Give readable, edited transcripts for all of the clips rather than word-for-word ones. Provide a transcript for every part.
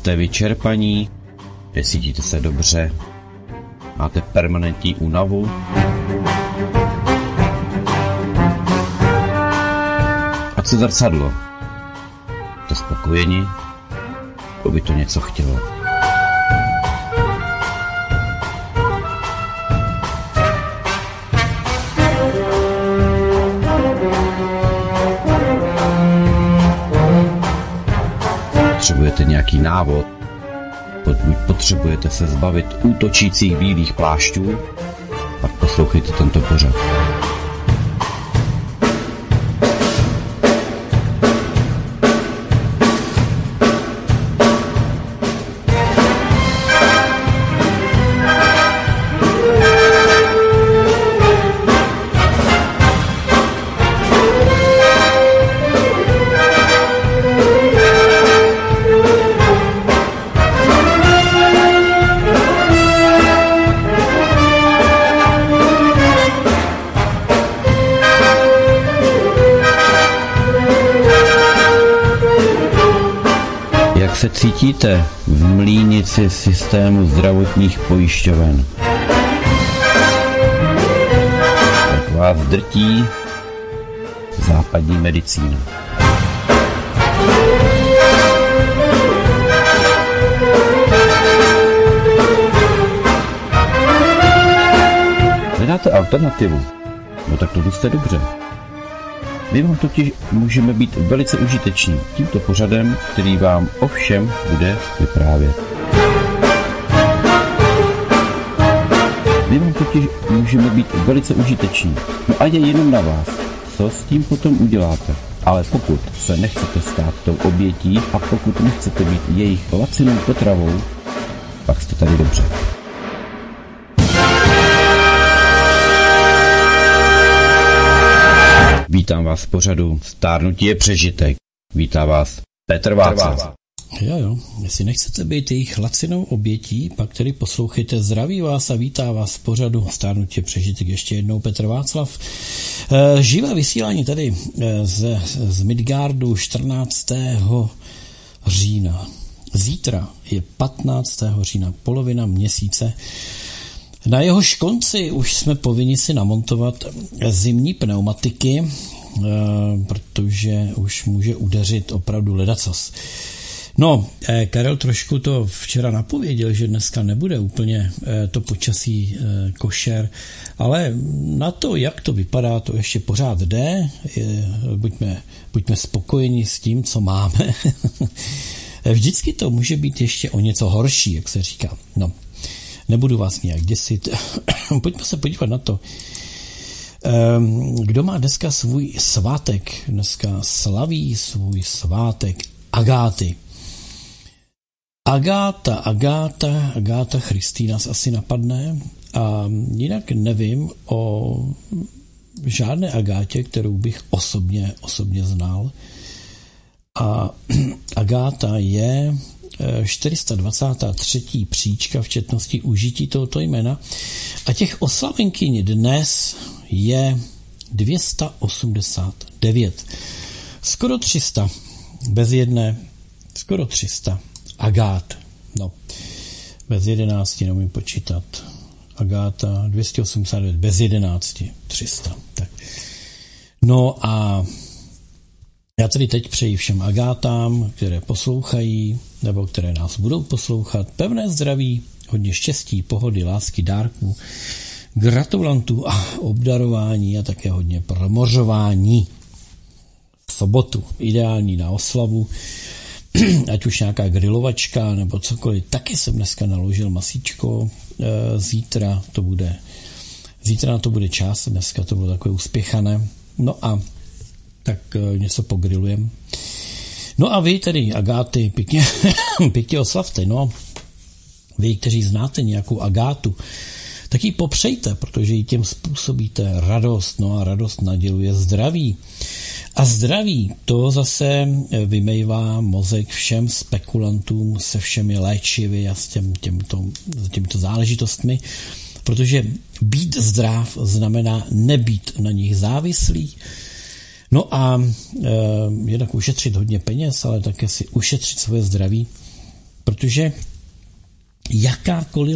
Jste vyčerpaní? Necítíte se dobře? Máte permanentní únavu? A co zrcadlo? Jste spokojeni? To by to něco chtělo. Potřebujete nějaký návod? Pokud potřebujete se zbavit útočících bílých plášťů, pak poslouchejte tento pořad. Jak se cítíte v mlýnici systému zdravotních pojišťoven? Jak vás drtí západní medicína? Hledáte alternativu? No tak to jste dobře. My vám totiž můžeme být velice užiteční tímto pořadem, který vám o všem bude vyprávět. My vám totiž můžeme být velice užiteční. No a je jenom na vás, co s tím potom uděláte. Ale pokud se nechcete stát tou obětí a pokud nechcete být jejich lacinou potravou, pak jste tady dobře. Vítám vás v pořadu Stárnutí je přežitek. Vítá vás Petr Václav. Jo, jestli nechcete být jejich lacinou obětí, pak tedy poslouchejte. Zdraví vás a vítá vás v pořadu Stárnutí je přežitek. Ještě jednou Petr Václav. Živé vysílání tady z Midgardu 14. října. Zítra je 15. října, polovina měsíce. Na jehož konci už jsme povinni si namontovat zimní pneumatiky, protože už může udeřit opravdu ledacos. No, Karel trošku to včera napověděl, že dneska nebude úplně to počasí košer, ale na to, jak to vypadá, to ještě pořád jde. Buďme spokojeni s tím, co máme. Vždycky to může být ještě o něco horší, jak se říká. No. Nebudu vás nějak děsit. Pojďme se podívat na to. Kdo má dneska svůj svátek? Dneska slaví svůj svátek Agáty. Agáta Christy nás asi napadne. A jinak nevím o žádné Agátě, kterou bych osobně znal. A Agáta je 423. příčka v četnosti užití tohoto jména a těch oslavenkyň dnes je 289. Skoro 300. Bez jedné. Skoro 300. Agát. No. Bez 11 neumím počítat. Agáta 289. Bez 11. 300. Tak. No a já tedy teď přeji všem Agátám, které poslouchají, nebo které nás budou poslouchat, pevné zdraví, hodně štěstí, pohody, lásky, dárků, gratulantů a obdarování a také hodně promořování. V sobotu, ideální na oslavu, ať už nějaká grilovačka nebo cokoliv. Taky jsem dneska naložil masíčko, zítra na to bude čas, dneska to bylo takové uspěchané. No a tak něco pogrilujem. No a vy tedy, Agáty, pěkně oslavte, no. Vy, kteří znáte nějakou Agátu, tak ji popřejte, protože jí těm způsobíte radost, no a radost naděluje zdraví. A zdraví, to zase vymejvá mozek všem spekulantům se všemi léčivy a s těmito záležitostmi, protože být zdrav znamená nebýt na nich závislý. No a jednak ušetřit hodně peněz, ale také si ušetřit svoje zdraví. Protože jakákoliv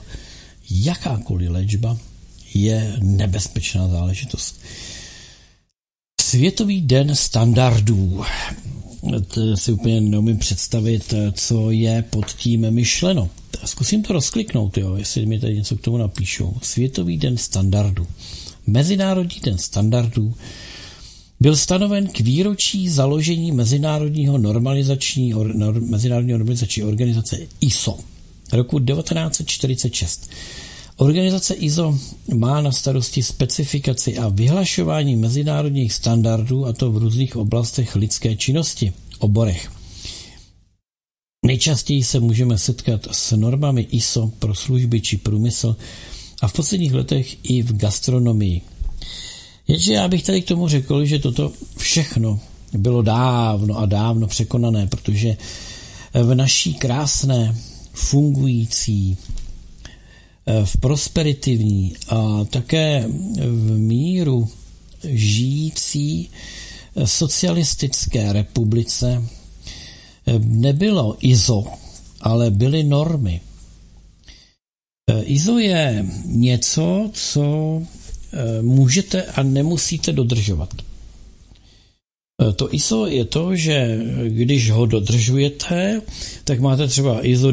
léčba je nebezpečná záležitost. Světový den standardů. To si úplně neumím představit, co je pod tím myšleno. Zkusím to rozkliknout, jestli mi tady něco k tomu napíšou. Světový den standardů. Mezinárodní den standardů byl stanoven k výročí založení Mezinárodní normalizační organizace ISO roku 1946. Organizace ISO má na starosti specifikaci a vyhlašování mezinárodních standardů, a to v různých oblastech lidské činnosti, oborech. Nejčastěji se můžeme setkat s normami ISO pro služby či průmysl a v posledních letech i v gastronomii. Jenže já bych tady k tomu řekl, že toto všechno bylo dávno překonané, protože v naší krásné, fungující, v prosperitivní a také v míru žijící socialistické republice nebylo ISO, ale byly normy. ISO je něco, co můžete a nemusíte dodržovat. To ISO je to, že když ho dodržujete, tak máte třeba ISO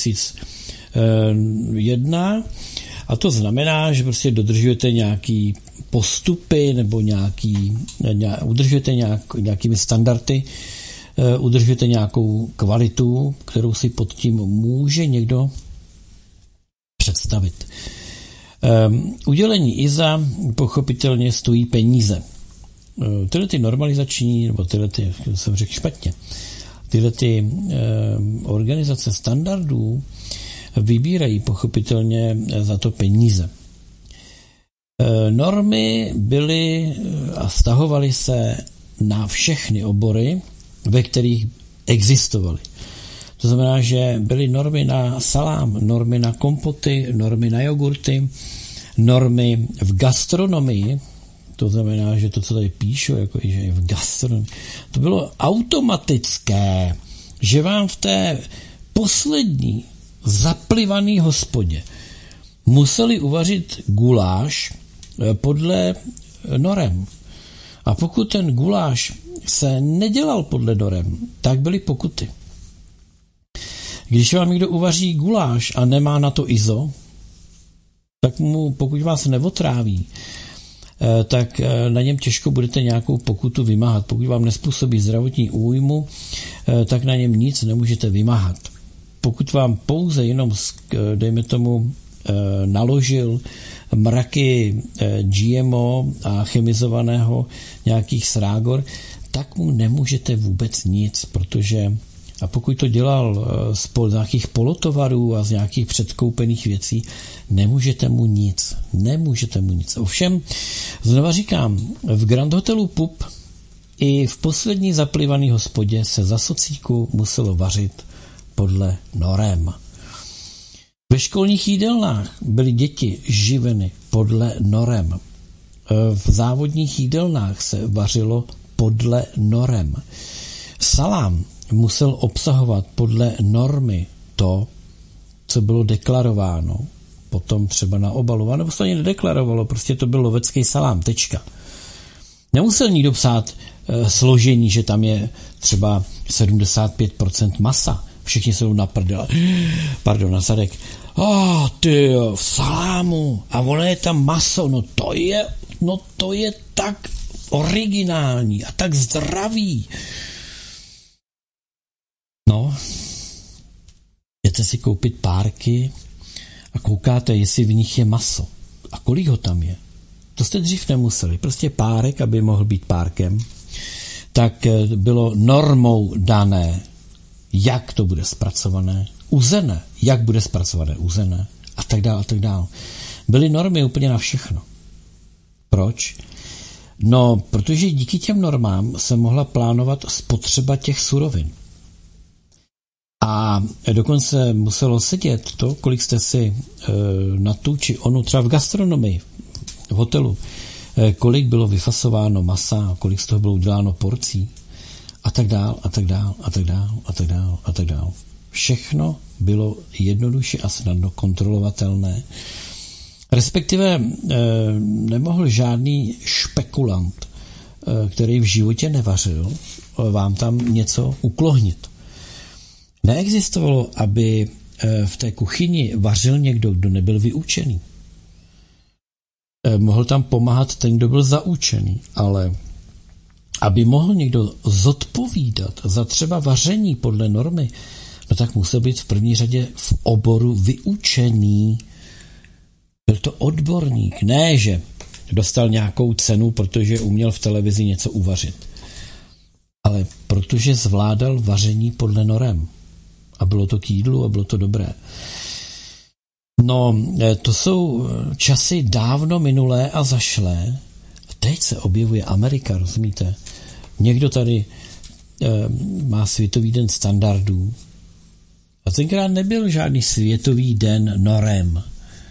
9001 a to znamená, že prostě dodržujete nějaký postupy nebo udržujete nějakými standardy, udržujete nějakou kvalitu, kterou si pod tím může někdo představit. Udělení ISA pochopitelně stojí peníze. Tyhle ty normalizační, nebo jsem řekl špatně, tyhle ty organizace standardů vybírají pochopitelně za to peníze. Normy byly a vztahovaly se na všechny obory, ve kterých existovaly. To znamená, že byly normy na salám, normy na kompoty, normy na jogurty, normy v gastronomii, to znamená, že to, co tady píšu, jako že je v gastronomii, to bylo automatické, že vám v té poslední zaplivaný hospodě museli uvařit guláš podle norem. A pokud ten guláš se nedělal podle norem, tak byly pokuty. Když vám někdo uvaří guláš a nemá na to ISO, tak mu, pokud vás neotráví, tak na něm těžko budete nějakou pokutu vymáhat. Pokud vám nezpůsobí zdravotní újmu, tak na něm nic nemůžete vymáhat. Pokud vám pouze jenom, dejme tomu, naložil mraky GMO a chemizovaného nějakých srágor, tak mu nemůžete vůbec nic, protože a pokud to dělal z nějakých polotovarů a z nějakých předkoupených věcí, nemůžete mu nic. Ovšem, znova říkám, v Grand Hotelu Pup i v poslední zaplivaný hospodě se za socíku muselo vařit podle norem. Ve školních jídelnách byly děti živeny podle norem. V závodních jídelnách se vařilo podle norem. Salám musel obsahovat podle normy to, co bylo deklarováno. Potom třeba na obalu, nebo se to ani nedeklarovalo, prostě to byl lovecký salám, tečka. Nemusel nikdo psát složení, že tam je třeba 75% masa. Všichni jsou na prdele. Pardon, na zadek. Tyjo, v salámu. A ono je tam maso. To je tak originální a tak zdravý. Jdete si koupit párky a koukáte, jestli v nich je maso. A kolik ho tam je? To jste dřív nemuseli. Prostě párek, aby mohl být párkem, tak bylo normou dané, jak to bude zpracované, uzené, jak bude zpracované, uzené a tak dále, a tak dále. Byly normy úplně na všechno. Proč? No, protože díky těm normám se mohla plánovat spotřeba těch surovin. A dokonce muselo sedět to, kolik jste si na tu či onu, třeba v gastronomii, v hotelu, kolik bylo vyfasováno masa, kolik z toho bylo uděláno porcí a tak dál, a tak dál, a tak dál, a tak dál, a tak dál. Všechno bylo jednoduše a snadno kontrolovatelné. Respektive nemohl žádný špekulant, který v životě nevařil, vám tam něco uklohnit. Neexistovalo, aby v té kuchyni vařil někdo, kdo nebyl vyučený. Mohl tam pomáhat ten, kdo byl zaučený, ale aby mohl někdo zodpovídat za třeba vaření podle normy, no tak musel být v první řadě v oboru vyučený. Byl to odborník, ne, že dostal nějakou cenu, protože uměl v televizi něco uvařit, ale protože zvládal vaření podle norem. A bylo to k jídlu a bylo to dobré. No, to jsou časy dávno minulé a zašlé. A teď se objevuje Amerika, rozumíte? Někdo tady má Světový den standardů. A tenkrát nebyl žádný Světový den norem.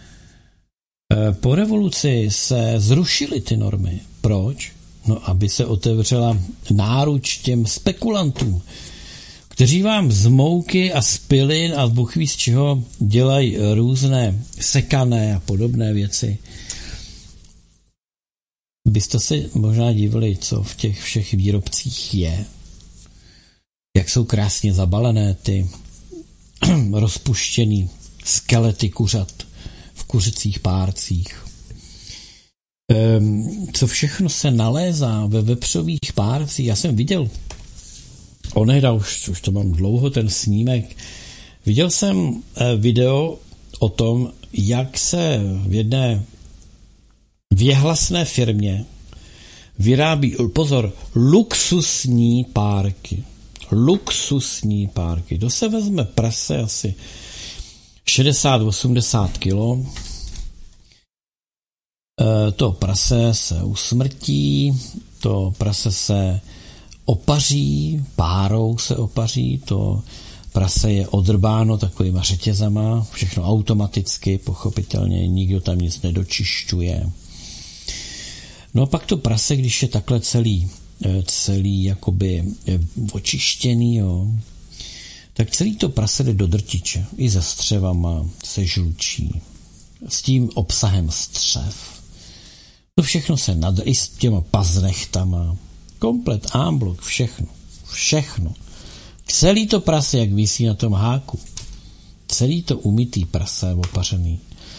Po revoluci se zrušily ty normy. Proč? No, aby se otevřela náruč těm spekulantům, kteří vám z mouky a z pilin a Bůh ví z čeho dělají různé sekané a podobné věci. Byste se možná divili, co v těch všech výrobcích je. Jak jsou krásně zabalené ty rozpuštěný skelety kuřat v kuřecích párcích. Co všechno se nalézá ve vepřových párcích. Já jsem viděl onehda, už to mám dlouho, ten snímek. Viděl jsem video o tom, jak se v jedné věhlasné firmě vyrábí, pozor, luxusní párky. Luxusní párky. To se vezme prase asi 60-80 kilo. To prase se usmrtí, to prase se opaří, párou se opaří, to prase je odrbáno takovýma řetězama, všechno automaticky, pochopitelně, nikdo tam nic nedočišťuje. No a pak to prase, když je takhle celý jakoby očištěný, jo, tak celý to prase jde do drtiče, i se střevama, se žlučí, s tím obsahem střev. To všechno se i s těma paznechtama, komplet, ámblok, všechno. Celý to prase, jak visí na tom háku, celý to umytý prase, opařený,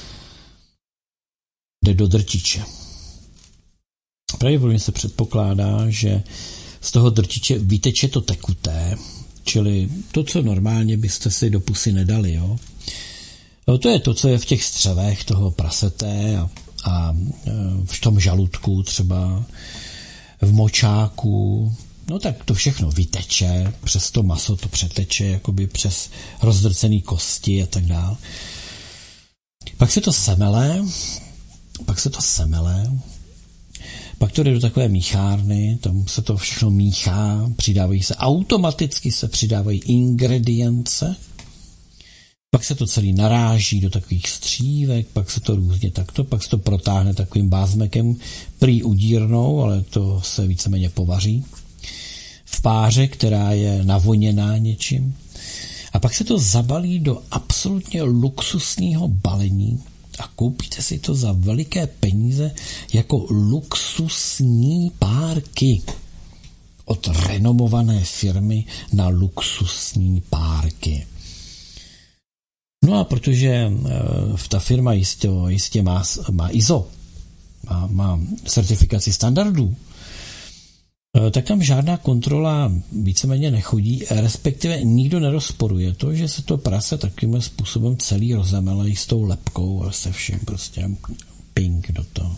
jde do drtiče. Pravděpodobně se předpokládá, že z toho drtiče vyteče to tekuté, čili to, co normálně byste si do pusy nedali, jo. No, to je to, co je v těch střevech toho prasete a v tom žaludku třeba, v močáku, no tak to všechno vyteče, přes to maso to přeteče, jakoby přes rozdrcený kosti a tak dále. Pak se to semele, pak to jde do takové míchárny, tam se to všechno míchá, automaticky se přidávají ingredience, pak se to celý naráží do takových střívek, pak se to různě takto, pak se to protáhne takovým bázmekem, prý udírnou, ale to se víceméně povaří, v páře, která je navoněná něčím. A pak se to zabalí do absolutně luxusního balení a koupíte si to za veliké peníze jako luxusní párky. Od renomované firmy na luxusní párky. No a protože ta firma jistě má ISO, má certifikaci standardů, tak tam žádná kontrola víceméně nechodí, respektive nikdo nerozporuje to, že se to prase takovým způsobem celý rozemele s tou lepkou a se vším prostě ping do toho.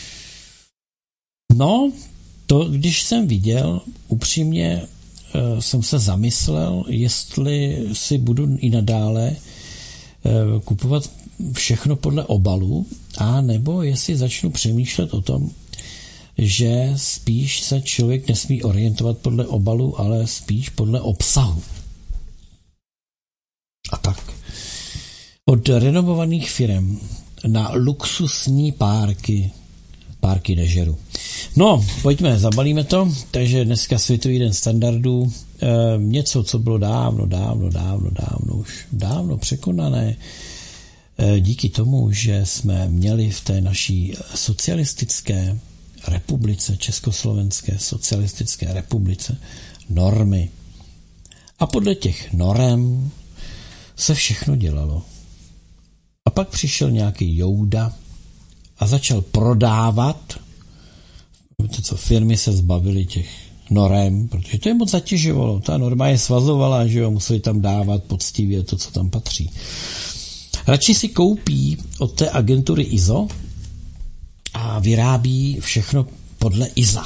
No, to když jsem viděl, upřímně jsem se zamyslel, jestli si budu i nadále kupovat všechno podle obalu, a nebo jestli začnu přemýšlet o tom, že spíš se člověk nesmí orientovat podle obalu, ale spíš podle obsahu. A tak. Od renomovaných firem na luxusní párky nežeru. No, pojďme, zabalíme to. Takže dneska Světový den standardů. Něco, co bylo dávno překonané. Díky tomu, že jsme měli v té naší socialistické republice, Československé socialistické republice, normy. A podle těch norem se všechno dělalo. A pak přišel nějaký Jouda a začal prodávat. Víte co, firmy se zbavily těch norem, protože to je moc zatěžovalo. Ta norma je svazovala, že jo, museli tam dávat poctivě to, co tam patří. Radši si koupí od té agentury ISO a vyrábí všechno podle ISA.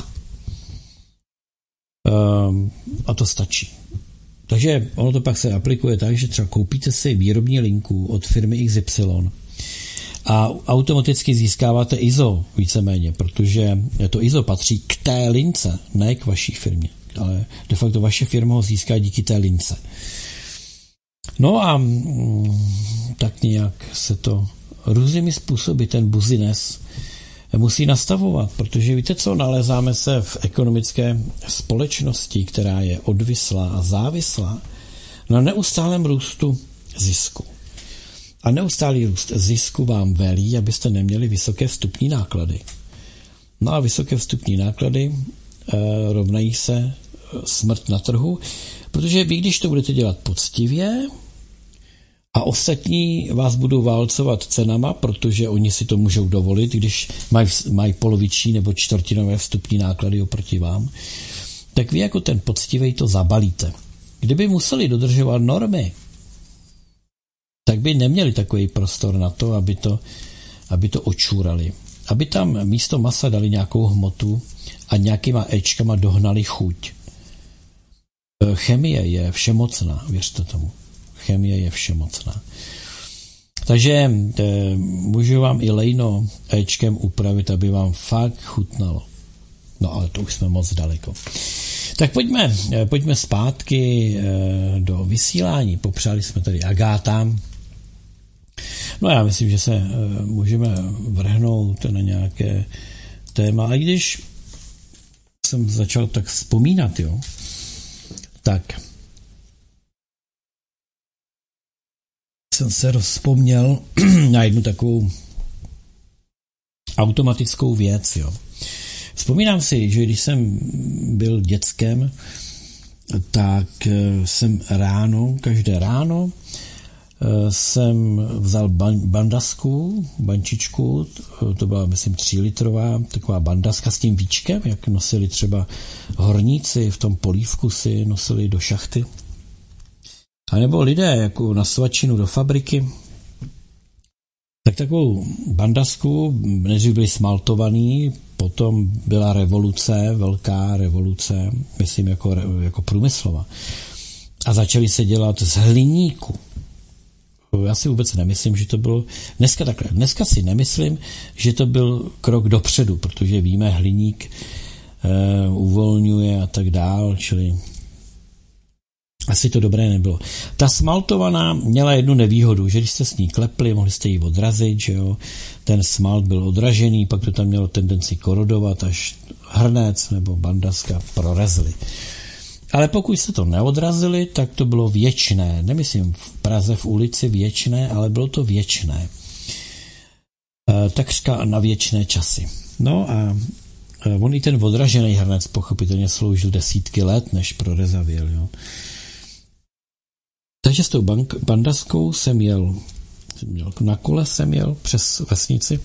A to stačí. Takže ono to pak se aplikuje tak, že třeba koupíte si výrobní linku od firmy XY a automaticky získáváte ISO víceméně, protože to ISO patří k té lince, ne k vaší firmě, ale de facto vaše firma ho získá díky té lince. No a tak nějak se to různými způsoby ten business musí nastavovat, protože víte co, nalézáme se v ekonomické společnosti, která je odvislá a závislá na neustálém růstu zisku. A neustálý růst zisku vám velí, abyste neměli vysoké vstupní náklady. No a vysoké vstupní náklady rovnají se smrt na trhu, protože vy, když to budete dělat poctivě a ostatní vás budou válcovat cenama, protože oni si to můžou dovolit, když mají poloviční nebo čtvrtinové vstupní náklady oproti vám, tak vy jako ten poctivej to zabalíte. Kdyby museli dodržovat normy, tak by neměli takový prostor na to, aby to očůrali. Aby tam místo masa dali nějakou hmotu a nějakýma éčkama dohnali chuť. Chemie je všemocná, věřte tomu. Chemie je všemocná. Takže můžu vám i lejno éčkem upravit, aby vám fakt chutnalo. No ale to už jsme moc daleko. Tak pojďme zpátky do vysílání. Popřáli jsme tady Agátám. No já myslím, že se můžeme vrhnout na nějaké téma. A když jsem začal tak vzpomínat, jo, tak jsem se rozpomněl na jednu takovou automatickou věc, jo. Vzpomínám si, že když jsem byl dětskem, tak jsem každé ráno jsem vzal bančičku, to byla, myslím, 3litrová, taková bandaska s tím víčkem, jak nosili třeba horníci v tom polívku, si nosili do šachty. A nebo lidé jako na svačinu do fabriky, tak takovou bandasku, než byli smaltovaný, potom byla revoluce, velká revoluce, myslím jako průmyslová. A začaly se dělat z hliníku. Já si vůbec nemyslím, že to bylo dneska si nemyslím, že to byl krok dopředu, protože víme, hliník uvolňuje a tak dál, čili asi to dobré nebylo. Ta smaltovaná měla jednu nevýhodu, že když jste s ní klepli, mohli jste ji odrazit, že jo, ten smalt byl odražený, pak to tam mělo tendenci korodovat, až hrnec nebo bandaska prorezli. Ale pokud jste to neodrazili, tak to bylo věčné. Nemyslím v Praze v ulici věčné, ale bylo to věčné. Takřka na věčné časy. No a on i ten odražený hrnec pochopitelně sloužil desítky let, než prorezavěl. Jo. Takže s tou bandaskou jsem jel na kole jsem jel přes vesnici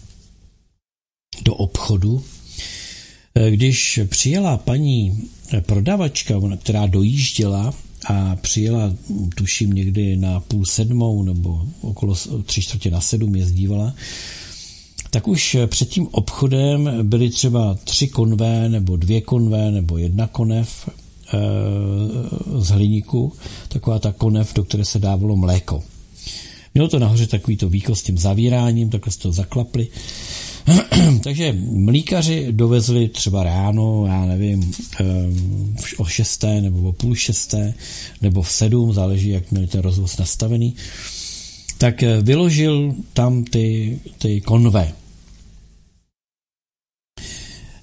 do obchodu. Když přijela paní prodavačka, která dojížděla a přijela, tuším, někdy na 6:30 nebo okolo 6:45 jezdívala, tak už před tím obchodem byly třeba 3 konvé nebo 2 konvé nebo 1 konev z hliníku, taková ta konev, do které se dávalo mléko. Mělo to nahoře takovýto víko s tím zavíráním, takhle se to zaklapli. Takže mlýkaři dovezli třeba ráno, já nevím, o 6 nebo o 5:30 nebo v 7, záleží, jak měli ten rozvoz nastavený, tak vyložil tam ty konve.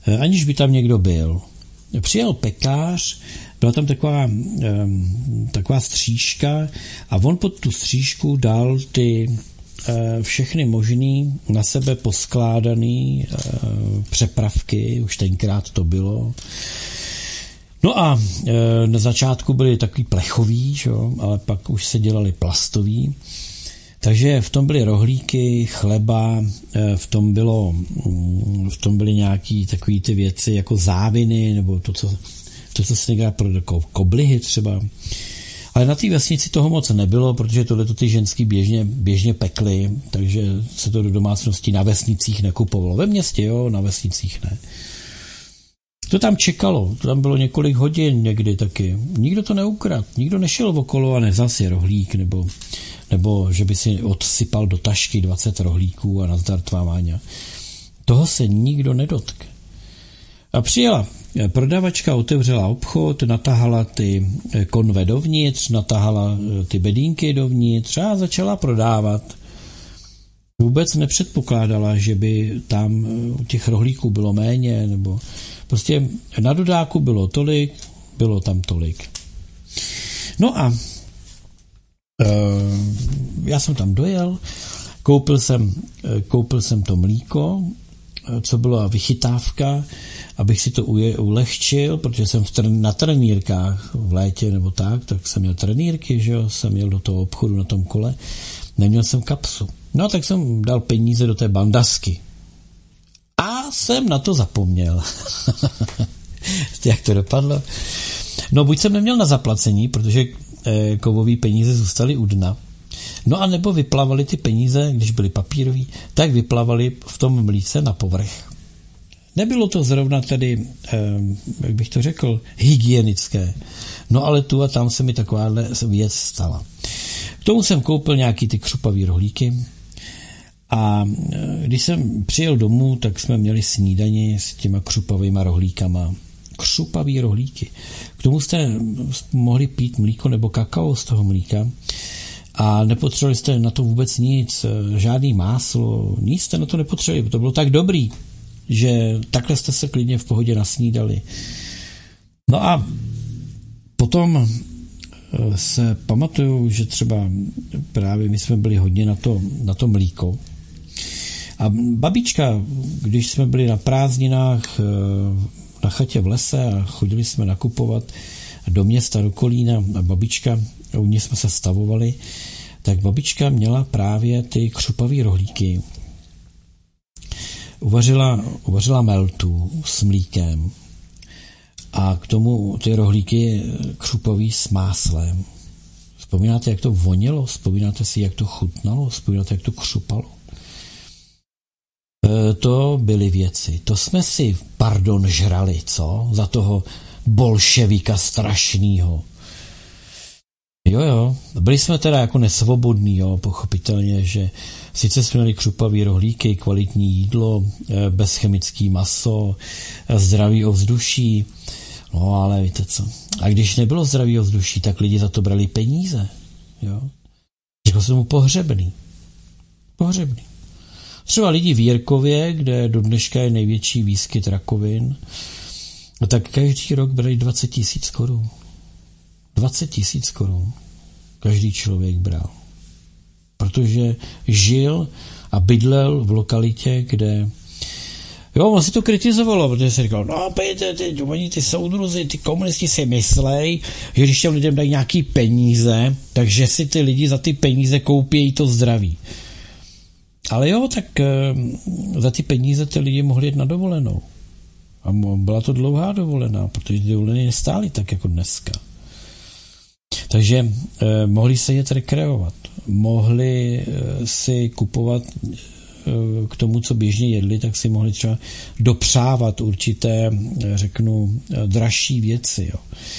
aniž by tam někdo byl. Přijel pekař, byla tam taková stříška a on pod tu stříšku dal ty všechny možný na sebe poskládaný přepravky, už tenkrát to bylo. No a na začátku byly takový plechový, čo? Ale pak už se dělali plastový. Takže v tom byly rohlíky, chleba, v tom byly nějaký takový ty věci jako záviny, nebo to, co se někde pro koblihy třeba. Ale na té vesnici toho moc nebylo, protože tohleto ty ženský běžně pekly, takže se to do domácností na vesnicích nekupovalo. Ve městě jo, na vesnicích ne. To tam čekalo, to tam bylo několik hodin někdy taky. Nikdo to neukradl, nikdo nešel okolo a nevzal si rohlík, nebo že by si odsypal do tašky 20 rohlíků a nazdar tvá Váňa. Toho se nikdo nedotkl. A přijela prodavačka, otevřela obchod, natahala ty konve dovnitř, natahala ty bedínky dovnitř a začala prodávat. Vůbec nepředpokládala, že by tam těch rohlíků bylo méně, nebo prostě na dodáku bylo tolik, bylo tam tolik. No a já jsem tam dojel, koupil jsem to mlíko, co byla vychytávka, abych si to ulehčil, protože jsem na trenýrkách v létě nebo tak jsem měl trenýrky, že jo, jsem jel do toho obchodu na tom kole, neměl jsem kapsu. No tak jsem dal peníze do té bandasky. A jsem na to zapomněl. Jak to dopadlo? No buď jsem neměl na zaplacení, protože kovový peníze zůstaly u dna. No a nebo vyplavaly ty peníze, když byly papírový, tak vyplavaly v tom mlíce na povrch. Nebylo to zrovna tedy, jak bych to řekl, hygienické. No ale tu a tam se mi takováhle věc stala. K tomu jsem koupil nějaký ty křupavý rohlíky a když jsem přijel domů, tak jsme měli snídani s těma křupavýma rohlíkama. Křupavý rohlíky. K tomu jste mohli pít mlíko nebo kakao z toho mlíka a nepotřebovali jste na to vůbec nic, žádný máslo, nic jste na to nepotřebovali, to bylo tak dobrý, že takhle jste se klidně v pohodě nasnídali. No a potom se pamatuju, že třeba právě my jsme byli hodně na to mlíko. A babička, když jsme byli na prázdninách na chatě v lese a chodili jsme nakupovat do města, do Kolína a babička, u ní jsme se stavovali, tak babička měla právě ty křupavý rohlíky. Uvařila meltu s mlíkem a k tomu ty rohlíky křupavý s máslem. Vzpomínáte, jak to vonilo? Vzpomínáte si, jak to chutnalo? Vzpomínáte, jak to křupalo? To byly věci. To jsme si, žrali, co? Za toho bolševika strašnýho. Jo. Byli jsme teda jako nesvobodní, jo, pochopitelně, že sice jsme měli křupavý rohlíky, kvalitní jídlo, bezchemický maso, zdravý ovzduší, no ale víte co. A když nebylo zdravý ovzduší, tak lidi za to brali peníze, jo. Řekl jsem mu pohřebný. Třeba lidi v Jirkově, kde do dneška je největší výskyt rakovin, tak každý rok brali 20 000 korun. 20 000 korun každý člověk bral. Protože žil a bydlel v lokalitě, kde... Jo, on si to kritizovalo, protože se říkal, no pojďte, ty soudruzi, ty komunisti si myslej, že když těm lidem dají nějaký peníze, takže si ty lidi za ty peníze koupí to zdraví. Ale jo, tak za ty peníze ty lidi mohli jít na dovolenou. A byla to dlouhá dovolená, protože ty dovolené nestály tak jako dneska. Takže mohli se jet rekreovat, mohli si kupovat k tomu, co běžně jedli, tak si mohli třeba dopřávat určité, řeknu, dražší věci. Jo.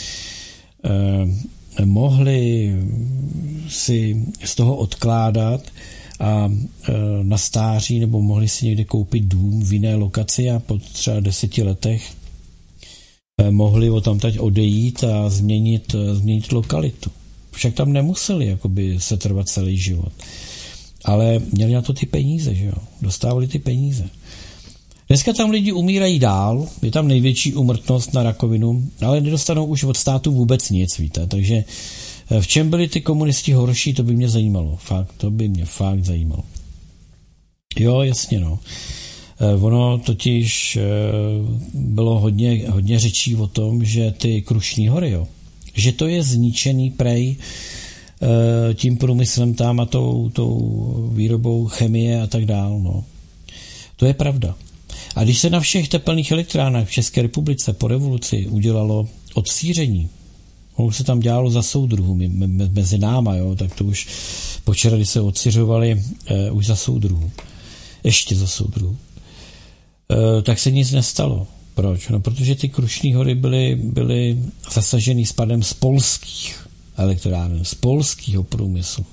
Mohli si z toho odkládat a na stáří, nebo mohli si někde koupit dům v jiné lokaci a po třeba 10 letech mohli o tam teď odejít a změnit lokalitu. Však tam nemuseli jakoby se trvat celý život. Ale měli na to ty peníze, že jo? Dostávali ty peníze. Dneska tam lidi umírají dál, je tam největší úmrtnost na rakovinu, ale nedostanou už od státu vůbec nic, víte, takže v čem byli ty komunisti horší, to by mě zajímalo, to by mě fakt zajímalo. Jo, jasně, no. Ono totiž bylo hodně řečí o tom, že ty Krušní hory, jo, že to je zničený prej tím průmyslem tam a tou výrobou chemie a tak dál, no. To je pravda. A když se na všech tepelných elektrárnách v České republice po revoluci udělalo odsíření, už se tam dělalo za soudruhů mezi náma, jo, tak to už počera, kdy se odsiřovali už za soudruhů. Ještě za soudruhů. Tak se nic nestalo. Proč? No, protože ty Krušní hory byly zasažený spadem z polských elektráren, z polského průmyslu.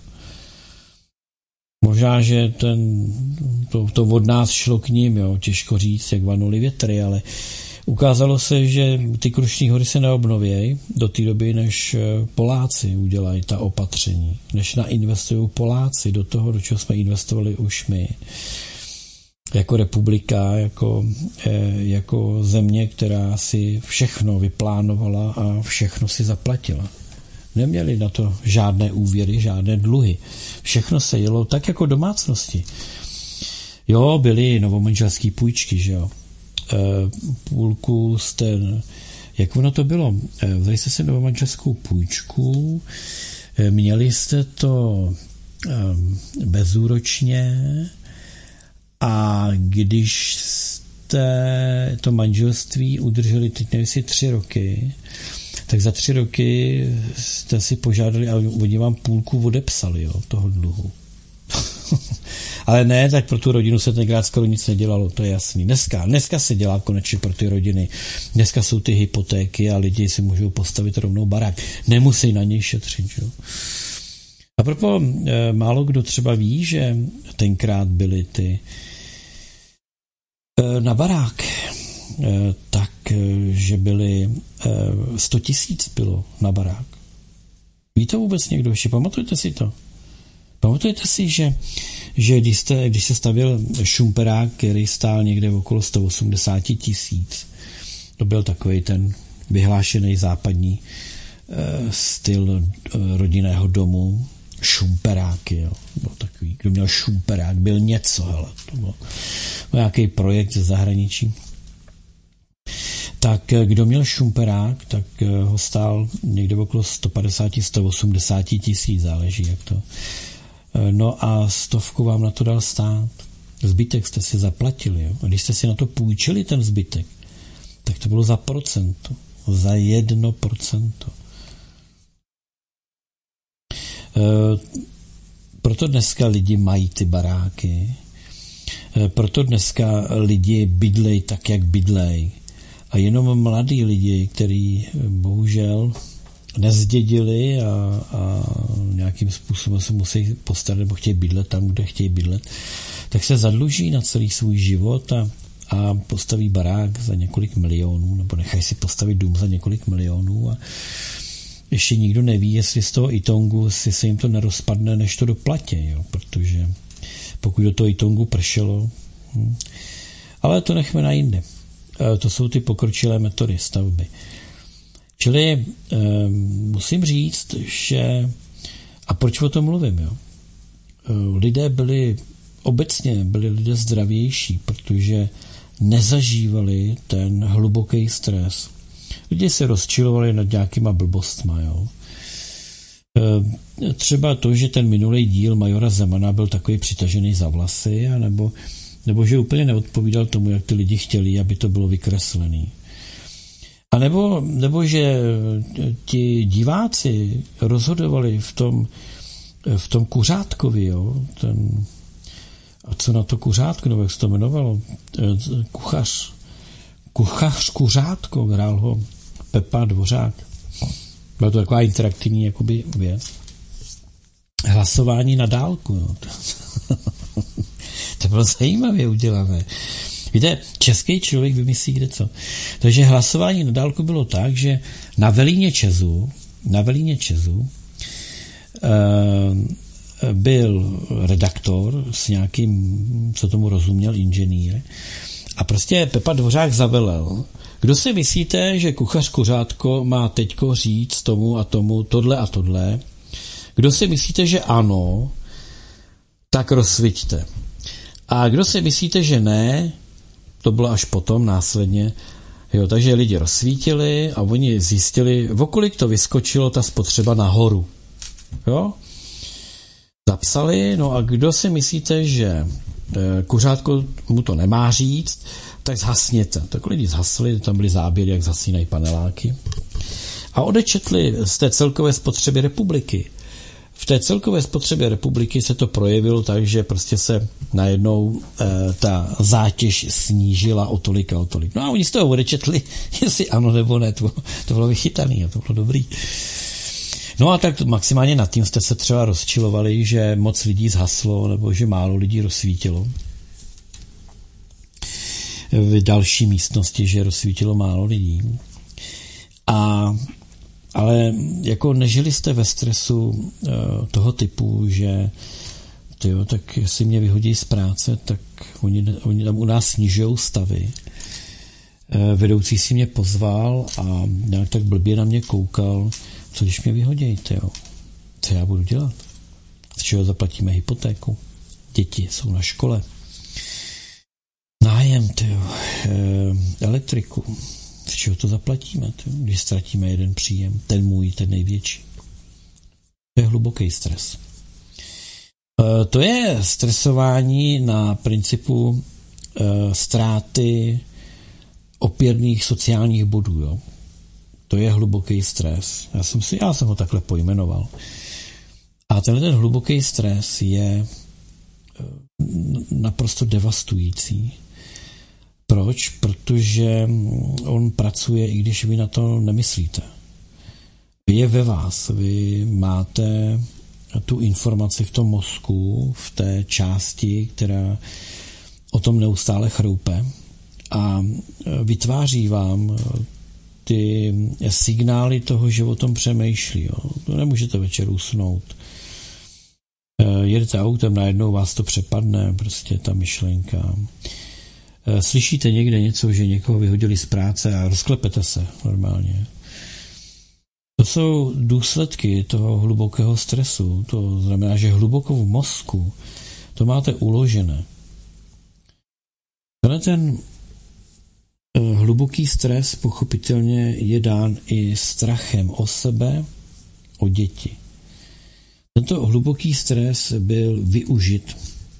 Možná, že to od nás šlo k ním, jo, těžko říct, jak vanuli větry, ale ukázalo se, že ty Krušní hory se neobnovějí do té doby, než Poláci udělají ta opatření, než nainvestují Poláci do toho, do čeho jsme investovali už my. Jako republika, jako země, která si všechno vyplánovala a všechno si zaplatila. Neměli na to žádné úvěry, žádné dluhy. Všechno se jelo tak jako domácnosti. Jo, byly novomanželské půjčky, že jo. Půlku jste, jak ono to bylo? Vzali jste si novomanželskou půjčku, měli jste to bezúročně a když jste to manželství udrželi, teď nevím si 3 roky, tak za 3 roky jste si požádali a oni vám půlku odepsali, jo, toho dluhu. Ale ne, tak pro tu rodinu se tenkrát skoro nic nedělalo, to je jasný. Dneska se dělá konečně pro ty rodiny. Dneska jsou ty hypotéky a lidi si můžou postavit rovnou barák. Nemusí na něj šetřit, jo. A proto málo kdo třeba ví, že tenkrát byly ty na barák, tak, že byly 100 000 bylo na barák. Ví to vůbec někdo? Ještě pamatujete si to? Pamatujete si, že když se stavěl šumperák, který stál někde okolo 180 000, to byl takový ten vyhlášený západní styl rodinného domu, šumperáky, jo. Byl takový, kdo měl šumperák, byl něco, hele, to byl nějaký projekt ze zahraničí. Tak kdo měl šumperák, tak ho stál někde okolo 150-180 000, záleží jak to. No a 100 vám na to dal stát. Zbytek jste si zaplatili. Jo? A když jste si na to půjčili ten zbytek, tak to bylo za procento. Za 1%. Proto dneska lidi mají ty baráky. Proto dneska lidi bydlej tak, jak bydlej. A jenom mladí lidi, kteří bohužel nezdědili a nějakým způsobem se musí postarat nebo chtějí bydlet tam, kde chtějí bydlet, tak se zadluží na celý svůj život a postaví barák za několik milionů nebo nechají si postavit dům za několik milionů a ještě nikdo neví, jestli z toho Itongu si se jim to nerozpadne, než to doplatí, jo, protože pokud do toho Itongu pršelo, ale to nechme na jinde. To jsou ty pokročilé metody stavby. Čili musím říct, že a proč o tom mluvím, jo? Lidé byli lidé zdravější, protože nezažívali ten hluboký stres. Lidi se rozčilovali nad nějakýma blbostma, jo? Třeba to, že ten minulý díl majora Zemana byl takový přitažený za vlasy, nebo že úplně neodpovídal tomu, jak ty lidi chtěli, aby to bylo vykreslený. A nebo že ti diváci rozhodovali v tom Kuřátkovi, jo, a co na to Kuřátko, nebo jak se to jmenovalo, Kuchař Kuřátko, hrál ho Pepa Dvořák. Byla to taková interaktivní jakoby věc. Hlasování na dálku, jo. To bylo zajímavě udělané. Víte, český člověk vymyslí kde co. Takže hlasování na dálku bylo tak, že na Velíně Česu byl redaktor s nějakým, co tomu rozuměl, inženýr, A prostě Pepa Dvořák zavelel. Kdo si myslíte, že kuchař Kuřátko má teďko říct tomu a tomu tohle a tohle? Kdo si myslíte, že ano, tak rozsviťte. A kdo si myslíte, že ne, to bylo až potom následně. Jo, takže lidi rozsvítili a oni zjistili, o kolik to vyskočilo ta spotřeba nahoru. Jo? Zapsali, no a kdo si myslíte, že Kuřátko mu to nemá říct, tak zhasněte. Tak lidi zhasli, tam byly záběry, jak zhasínají paneláky. A odečetli z té celkové spotřeby republiky. V té celkové spotřebě republiky se to projevilo tak, že prostě se najednou ta zátěž snížila o tolik a o tolik. No a oni z toho odečetli, jestli ano nebo ne, to bylo vychytaný, to bylo dobrý. No a tak maximálně nad tím jste se třeba rozčilovali, že moc lidí zhaslo, nebo že málo lidí rozsvítilo. V další místnosti, že rozsvítilo málo lidí. Ale jako nežili jste ve stresu toho typu, že tyjo, tak si mě vyhodí z práce, tak oni tam u nás snižují stavy. Vedoucí si mě pozval a nějak tak blbě na mě koukal, co když mě vyhodějí, tyjo? Co já budu dělat? Z čeho zaplatíme hypotéku? Děti jsou na škole. Nájem, tyjo. Elektriku. Z čeho to zaplatíme, tyjo? Když ztratíme jeden příjem, ten můj, ten největší. To je hluboký stres. To je stresování na principu ztráty opěrných sociálních bodů, jo. To je hluboký stres. Já jsem ho takhle pojmenoval. A ten hluboký stres je naprosto devastující. Proč? Protože on pracuje, i když vy na to nemyslíte. Je ve vás. Vy máte tu informaci v tom mozku, v té části, která o tom neustále chroupe a vytváří vám ty signály toho, že o tom přemýšlí. Jo. To nemůžete večer usnout. Jedete autem, najednou vás to přepadne, prostě ta myšlenka. Slyšíte někde něco, že někoho vyhodili z práce a rozklepete se normálně. To jsou důsledky toho hlubokého stresu. To znamená, že hluboko v mozku to máte uložené. Ten hluboký stres pochopitelně je dán i strachem o sebe, o děti. Tento hluboký stres byl využit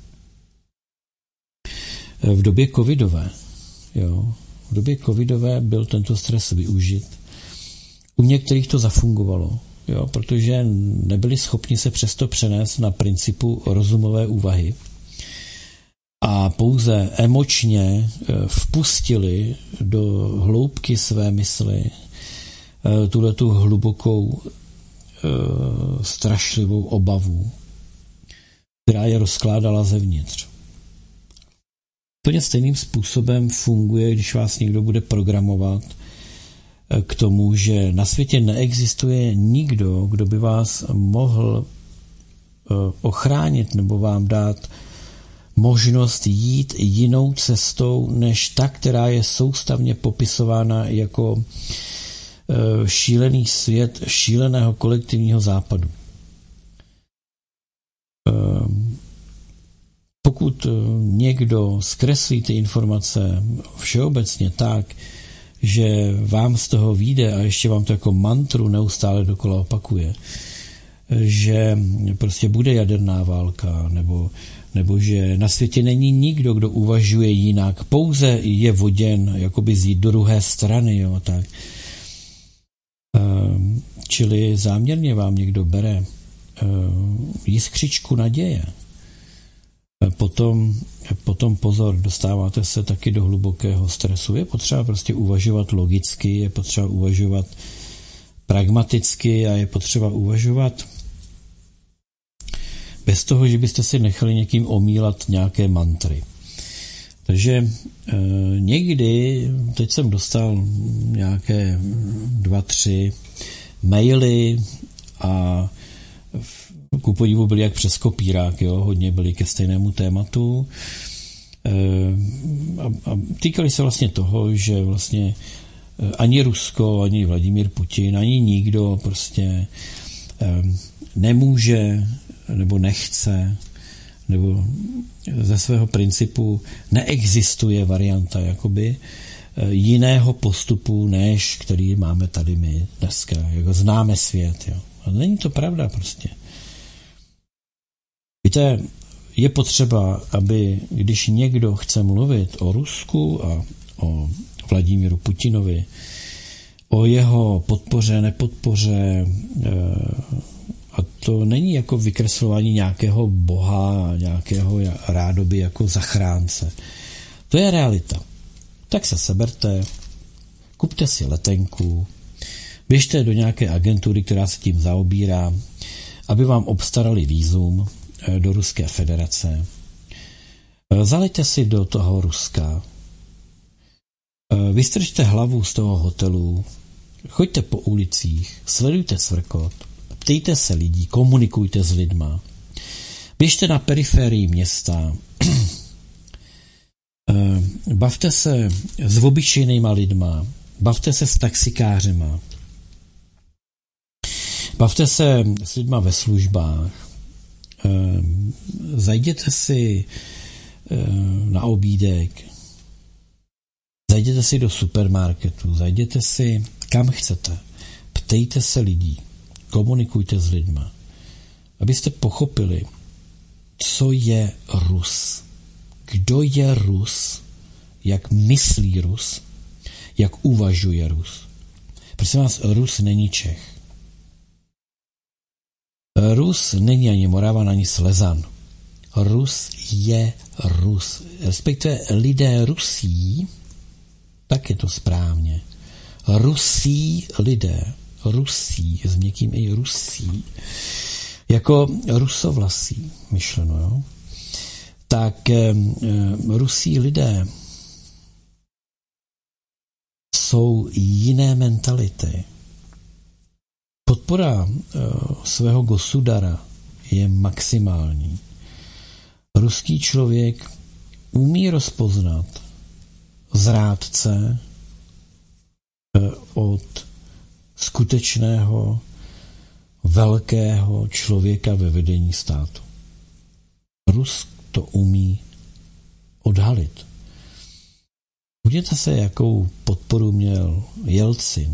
v době covidové. Jo. V době covidové byl tento stres využit. U některých to zafungovalo, jo, protože nebyli schopni se přesto přenést na principu rozumové úvahy a pouze emočně vpustili do hloubky své mysli tuhletu hlubokou strašlivou obavu, která je rozkládala zevnitř. Úplně stejným způsobem funguje, když vás někdo bude programovat k tomu, že na světě neexistuje nikdo, kdo by vás mohl ochránit nebo vám dát možnost jít jinou cestou, než ta, která je soustavně popisována jako šílený svět šíleného kolektivního západu. Pokud někdo zkreslí ty informace všeobecně tak, že vám z toho vyjde a ještě vám to jako mantru neustále dokola opakuje, že prostě bude jaderná válka, nebo že na světě není nikdo, kdo uvažuje jinak, pouze je voděn jakoby z druhé strany, jo, tak. Čili záměrně vám někdo bere jiskřičku naděje. Potom pozor, dostáváte se taky do hlubokého stresu. Je potřeba prostě uvažovat logicky, je potřeba uvažovat pragmaticky a je potřeba uvažovat bez toho, že byste si nechali někým omílat nějaké mantry. Takže někdy, teď jsem dostal nějaké 2-3 maily a ku podivu byli jak přes kopírák, jo? Hodně byli ke stejnému tématu a týkali se vlastně toho, že vlastně ani Rusko, ani Vladimír Putin, ani nikdo prostě nemůže nebo nechce, nebo ze svého principu neexistuje varianta jakoby jiného postupu, než který máme tady my dneska, jako známe svět. Jo. A není to pravda prostě. Víte, je potřeba, aby když někdo chce mluvit o Rusku a o Vladimíru Putinovi, o jeho podpoře, nepodpoře, a to není jako vykreslování nějakého boha, nějakého rádoby jako zachránce. To je realita. Tak se seberte, kupte si letenku, běžte do nějaké agentury, která se tím zaobírá, aby vám obstarali vízum do Ruské federace. Zaleďte si do toho Ruska, vystržte hlavu z toho hotelu, choďte po ulicích, sledujte cvrkot, ptejte se lidí, komunikujte s lidma, běžte na periferii města, bavte se s obyčejnýma lidma, bavte se s taxikářema, bavte se s lidma ve službách, zajděte si na obídek, zajděte si do supermarketu, zajděte si kam chcete, ptejte se lidí, komunikujte s lidma, abyste pochopili, co je Rus, kdo je Rus, jak myslí Rus, jak uvažuje Rus. Prosím vás, Rus není Čech. Rus není ani Moravan, ani Slezan. Rus je Rus. Respektive lidé Rusí, tak je to správně. Rusí lidé, Rusí, s někým i Rusí, jako rusovlasí, myšleno, jo? Tak Rusí lidé jsou jiné mentality. Podpora svého gosudara je maximální. Ruský člověk umí rozpoznat zrádce od skutečného velkého člověka ve vedení státu. Rus to umí odhalit. Podívejte se, jakou podporu měl Jelcin.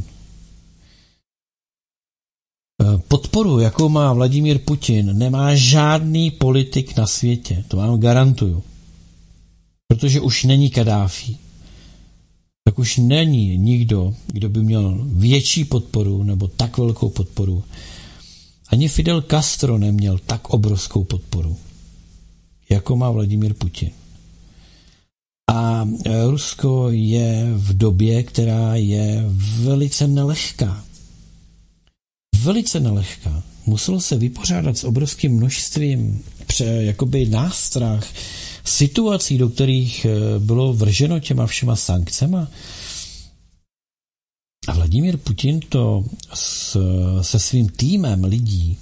Podporu, jakou má Vladimír Putin, nemá žádný politik na světě. To vám garantuju. Protože už není Kadáfi. Tak už není nikdo, kdo by měl větší podporu nebo tak velkou podporu. Ani Fidel Castro neměl tak obrovskou podporu, jako má Vladimír Putin. A Rusko je v době, která je velice nelehká. Velice nelehká. Muselo se vypořádat s obrovským množstvím jakoby nástrah, situací, do kterých bylo vrženo těma všema sankcema. A Vladimír Putin to se svým týmem lidí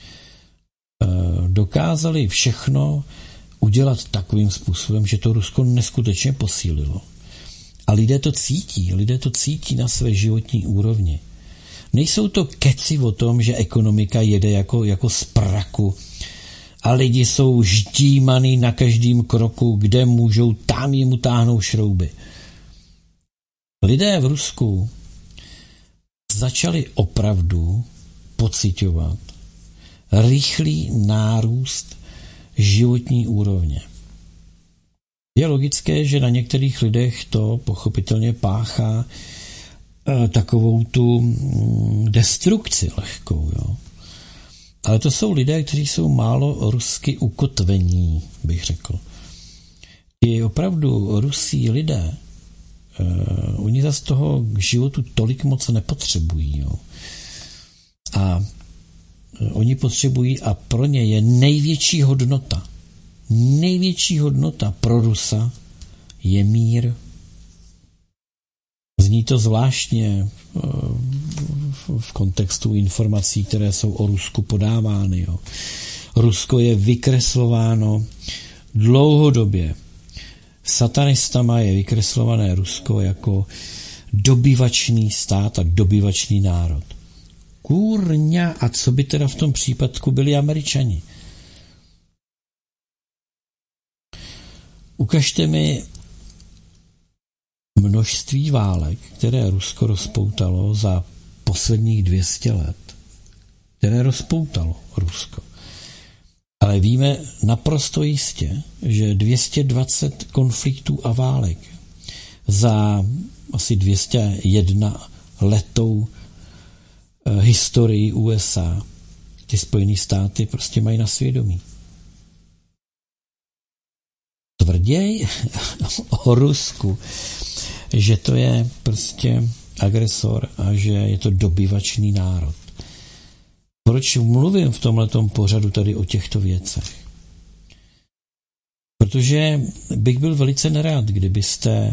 dokázali všechno udělat takovým způsobem, že to Rusko neskutečně posílilo. A lidé to cítí na své životní úrovni. Nejsou to keci o tom, že ekonomika jede jako z praku a lidi jsou ždímaný na každém kroku, kde můžou, tam jim utáhnou šrouby. Lidé v Rusku začali opravdu pociťovat rychlý nárůst životní úrovně. Je logické, že na některých lidech to pochopitelně páchá takovou tu destrukci lehkou. Jo. Ale to jsou lidé, kteří jsou málo rusky ukotvení, bych řekl. I opravdu rusí lidé, oni zase toho k životu tolik moc nepotřebují. Jo. A oni potřebují a pro ně je největší hodnota pro Rusa je mír. Zní to zvláštně v kontextu informací, které jsou o Rusku podávány. Jo. Rusko je vykreslováno dlouhodobě satanistama je vykreslované Rusko jako dobyvačný stát a dobyvačný národ. Kurňa, a co by teda v tom případku byli Američani? Ukažte mi množství válek, které Rusko rozpoutalo za posledních 200 let. Které rozpoutalo Rusko. Ale víme naprosto jistě, že 220 konfliktů a válek za asi 201 letou historii USA ty Spojené státy prostě mají na svědomí. Tvrděj o Rusku, že to je prostě agresor a že je to dobyvačný národ. Proč mluvím v tomhletom pořadu tady o těchto věcech? Protože bych byl velice nerád, kdybyste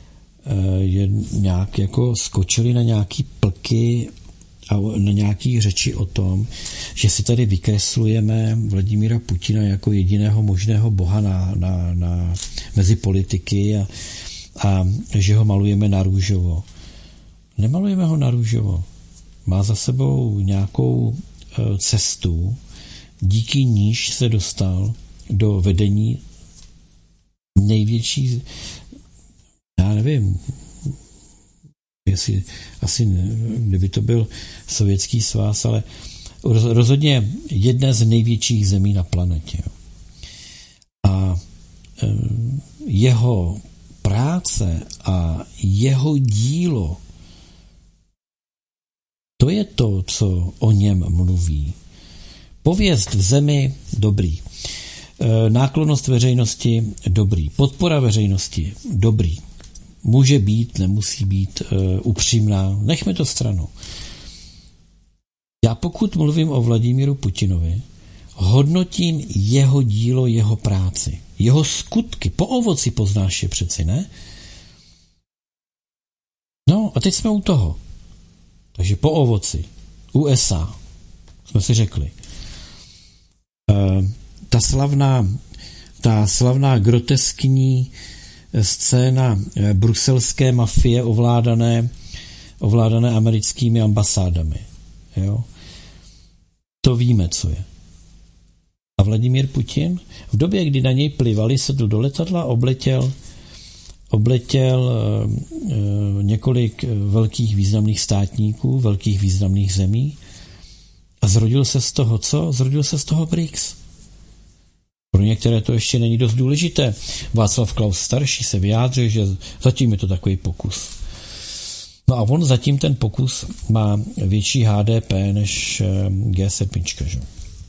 nějak jako skočili na nějaký plky a na nějaký řeči o tom, že si tady vykreslujeme Vladimíra Putina jako jediného možného boha mezi politiky a že ho malujeme na růžovo. Nemalujeme ho na růžovo. Má za sebou nějakou cestu, díky níž se dostal do vedení největší, já nevím, jestli asi kdyby to byl Sovětský svaz, ale rozhodně jedné z největších zemí na planetě. A jeho práce a jeho dílo, to je to, co o něm mluví. Pověst v zemi dobrý. Náklonnost veřejnosti dobrý. Podpora veřejnosti dobrý. Může být, nemusí být upřímná. Nechme to stranou. Já pokud mluvím o Vladimíru Putinovi, hodnotím jeho dílo, jeho práci. Jeho skutky. Po ovoci poznáš je přeci, ne? No a teď jsme u toho. Takže po ovoci. USA. Jsme si řekli. Ta slavná groteskní scéna bruselské mafie ovládané americkými ambasádami. Jo? To víme, co je. A Vladimír Putin v době, kdy na něj plivali, sedl do letadla, obletěl několik velkých významných státníků, velkých významných zemí a zrodil se z toho co? Zrodil se z toho BRICS. Pro některé to ještě není dost důležité. Václav Klaus starší se vyjádřil, že zatím je to takový pokus. No a on zatím ten pokus má větší HDP než G7. Že?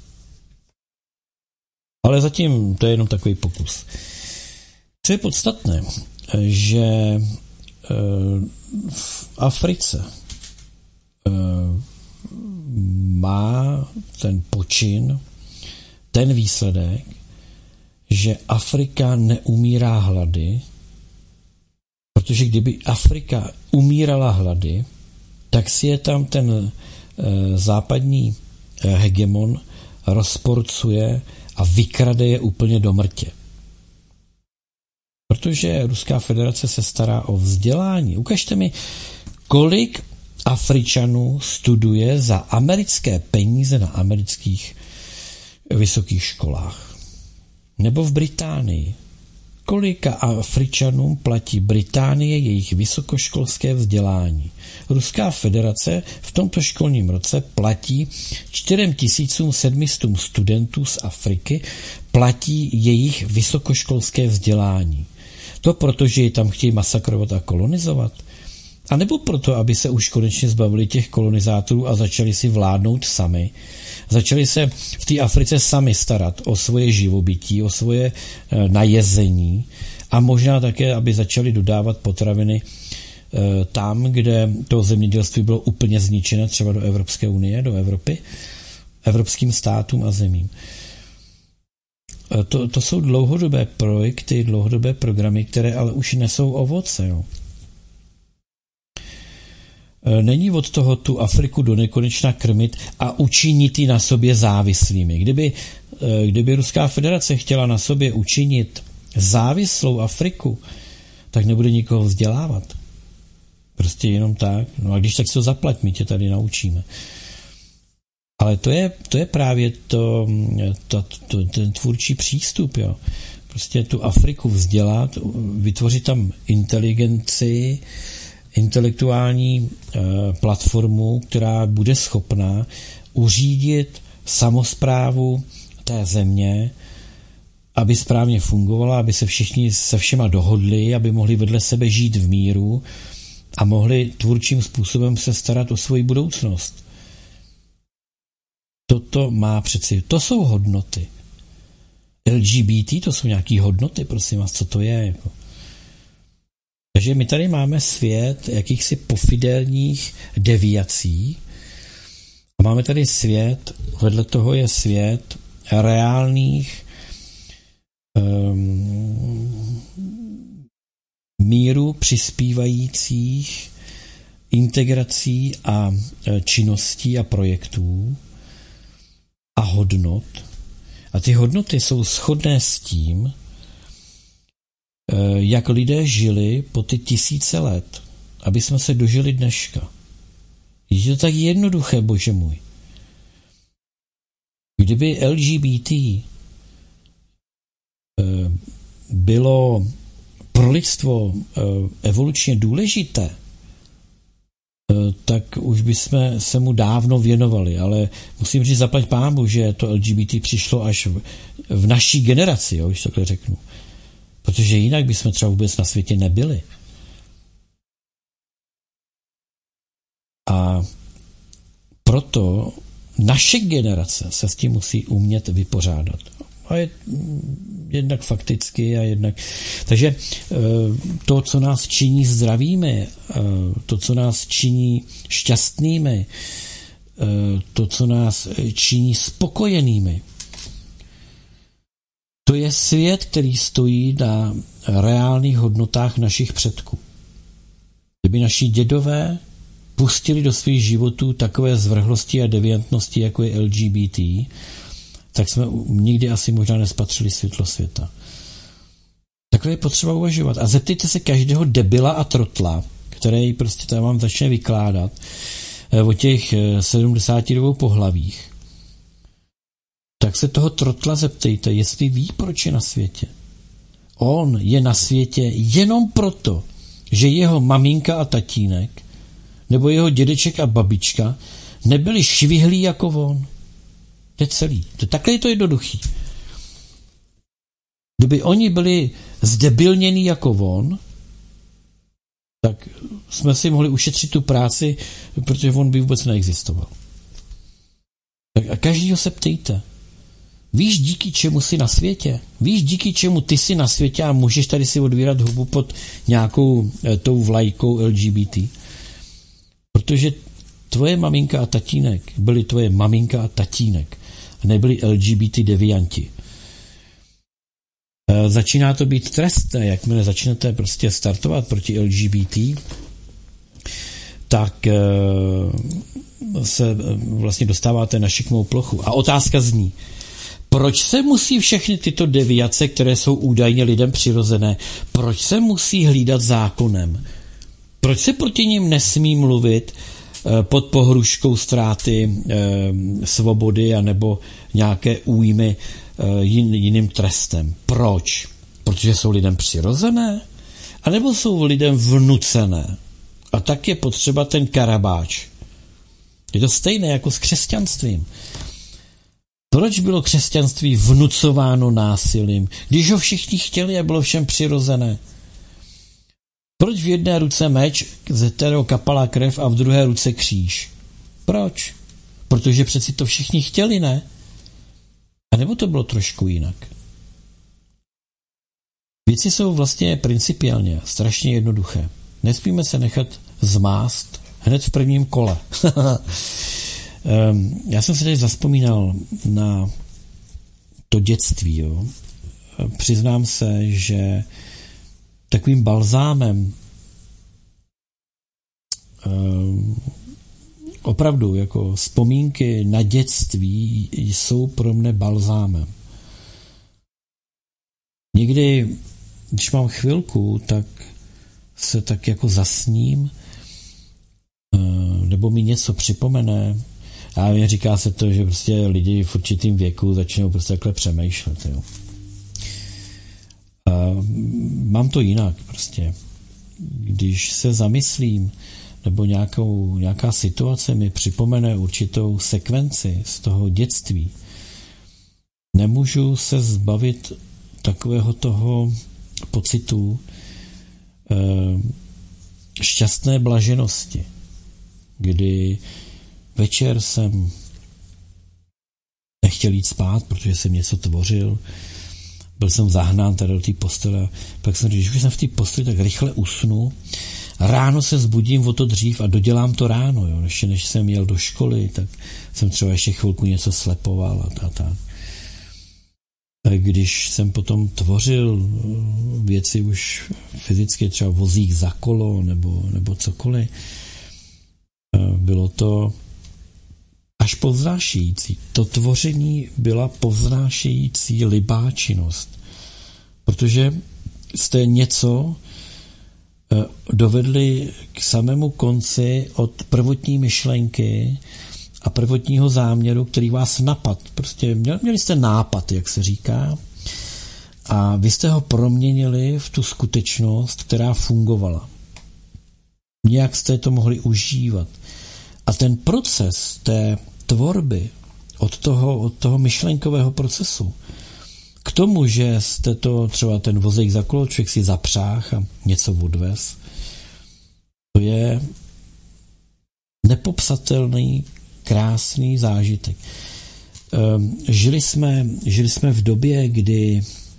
Ale zatím to je jenom takový pokus. Co je podstatné, že v Africe má ten počin, ten výsledek, že Afrika neumírá hlady, protože kdyby Afrika umírala hlady, tak si je tam ten západní hegemon rozporcuje a vykrade je úplně do mrtě. Protože Ruská federace se stará o vzdělání. Ukažte mi, kolik Afričanů studuje za americké peníze na amerických vysokých školách. Nebo v Británii. Kolika Afričanům platí Británie jejich vysokoškolské vzdělání? Ruská federace v tomto školním roce platí 4700 studentů z Afriky, platí jejich vysokoškolské vzdělání. To proto, že je tam chtějí masakrovat a kolonizovat? A nebo proto, aby se už konečně zbavili těch kolonizátorů a začali si vládnout sami? Začali se v té Africe sami starat o svoje živobytí, o svoje najezení a možná také, aby začali dodávat potraviny tam, kde to zemědělství bylo úplně zničené, třeba do Evropské unie, do Evropy, evropským státům a zemím. To jsou dlouhodobé projekty, dlouhodobé programy, které ale už nesou ovoce. Jo. Není od toho tu Afriku do nekonečna krmit a učinit ji na sobě závislými. Kdyby Ruská federace chtěla na sobě učinit závislou Afriku, tak nebude nikoho vzdělávat. Prostě jenom tak. No a když tak si to zaplať, my tě tady naučíme. Ale to je právě ten tvůrčí přístup, jo. Prostě tu Afriku vzdělat, vytvořit tam inteligenci, intelektuální platformu, která bude schopná uřídit samosprávu té země, aby správně fungovala, aby se všichni se všema dohodli, aby mohli vedle sebe žít v míru a mohli tvůrčím způsobem se starat o svoji budoucnost. Toto má přeci, to jsou hodnoty. LGBT, to jsou nějaké hodnoty, prosím vás, co to je? Jako. Takže my tady máme svět jakýchsi pofidelních deviací a máme tady svět, vedle toho je svět reálných míru přispívajících integrací a činností a projektů a hodnot. A ty hodnoty jsou shodné s tím, jak lidé žili po ty tisíce let, aby jsme se dožili dneška. Je to tak jednoduché, bože můj. Kdyby LGBT bylo pro lidstvo evolučně důležité, tak už bychom se mu dávno věnovali, ale musím říct zaplať pánbu, že to LGBT přišlo až v naší generaci, jo, když takhle řeknu. Protože jinak bychom třeba vůbec na světě nebyli. A proto naše generace se s tím musí umět vypořádat. A je jednak fakticky a jednak... Takže to, co nás činí zdravými, to, co nás činí šťastnými, to, co nás činí spokojenými, to je svět, který stojí na reálných hodnotách našich předků. Kdyby naši dědové pustili do svých životů takové zvrhlosti a deviantnosti, jako je LGBT, tak jsme nikdy asi možná nespatřili světlo světa. Takhle je potřeba uvažovat. A zeptejte se každého debila a trotla, který prostě tam vám začne vykládat o těch 72 pohlavích, tak se toho trotla zeptejte, jestli ví, proč je na světě. On je na světě jenom proto, že jeho maminka a tatínek nebo jeho dědeček a babička nebyli švihlí jako on. To je celý. Takhle je to jednoduchý. Kdyby oni byli zdebilnění jako on, tak jsme si mohli ušetřit tu práci, protože on by vůbec neexistoval. Tak a každýho se ptejte. Víš, díky čemu jsi na světě? Víš, díky čemu ty jsi na světě a můžeš tady si odvírat hubu pod nějakou tou vlajkou LGBT? Protože tvoje maminka a tatínek byli tvoje maminka a tatínek. A nebyli LGBT devianti. Začíná to být trestné, jakmile začnete prostě startovat proti LGBT, tak se vlastně dostáváte na šikmou plochu. A otázka zní, proč se musí všechny tyto deviace, které jsou údajně lidem přirozené, proč se musí hlídat zákonem? Proč se proti nim nesmí mluvit pod pohruškou ztráty svobody anebo nějaké újmy jiným trestem? Proč? Protože jsou lidem přirozené? A nebo jsou lidem vnucené? A tak je potřeba ten karabáč. Je to stejné jako s křesťanstvím. Proč bylo křesťanství vnucováno násilím, když ho všichni chtěli a bylo všem přirozené? Proč v jedné ruce meč, ze kterého kapala krev, a v druhé ruce kříž? Proč? Protože přeci to všichni chtěli, ne? A nebo to bylo trošku jinak? Věci jsou vlastně principiálně strašně jednoduché. Nesmíme se nechat zmást hned v prvním kole. Já jsem se tady zavzpomínal na to dětství. Jo. Přiznám se, že takovým balzámem opravdu jako vzpomínky na dětství jsou pro mne balzámem. Někdy, když mám chvilku, tak se tak jako zasním, nebo mi něco připomene. A říká se to, že prostě lidi v určitým věku začnou prostě takhle přemýšlet. Jo. A mám to jinak prostě. Když se zamyslím, nebo nějaká situace mi připomene určitou sekvenci z toho dětství, nemůžu se zbavit takového toho pocitu šťastné blaženosti, kdy večer jsem nechtěl jít spát, protože jsem něco tvořil, byl jsem zahnán tady do té postele, pak jsem říkal, když už jsem v té posteli, tak rychle usnu, ráno se zbudím o to dřív a dodělám to ráno, jo. Ještě než jsem jel do školy, tak jsem třeba ještě chvilku něco slepoval a tak. Když jsem potom tvořil věci už fyzicky, třeba vozík za kolo nebo cokoliv, bylo to až povznášející. To tvoření byla povznášející libá činnost, protože jste něco dovedli k samému konci od prvotní myšlenky a prvotního záměru, který vás napad. Prostě měli jste nápad, jak se říká, a vy jste ho proměnili v tu skutečnost, která fungovala. Nějak jste to mohli užívat. A ten proces té tvorby od toho myšlenkového procesu k tomu, že jste to třeba ten vozejk za kolo, člověk si zapřáh a něco odvez, to je nepopsatelný, krásný zážitek. Žili jsme v době, kdy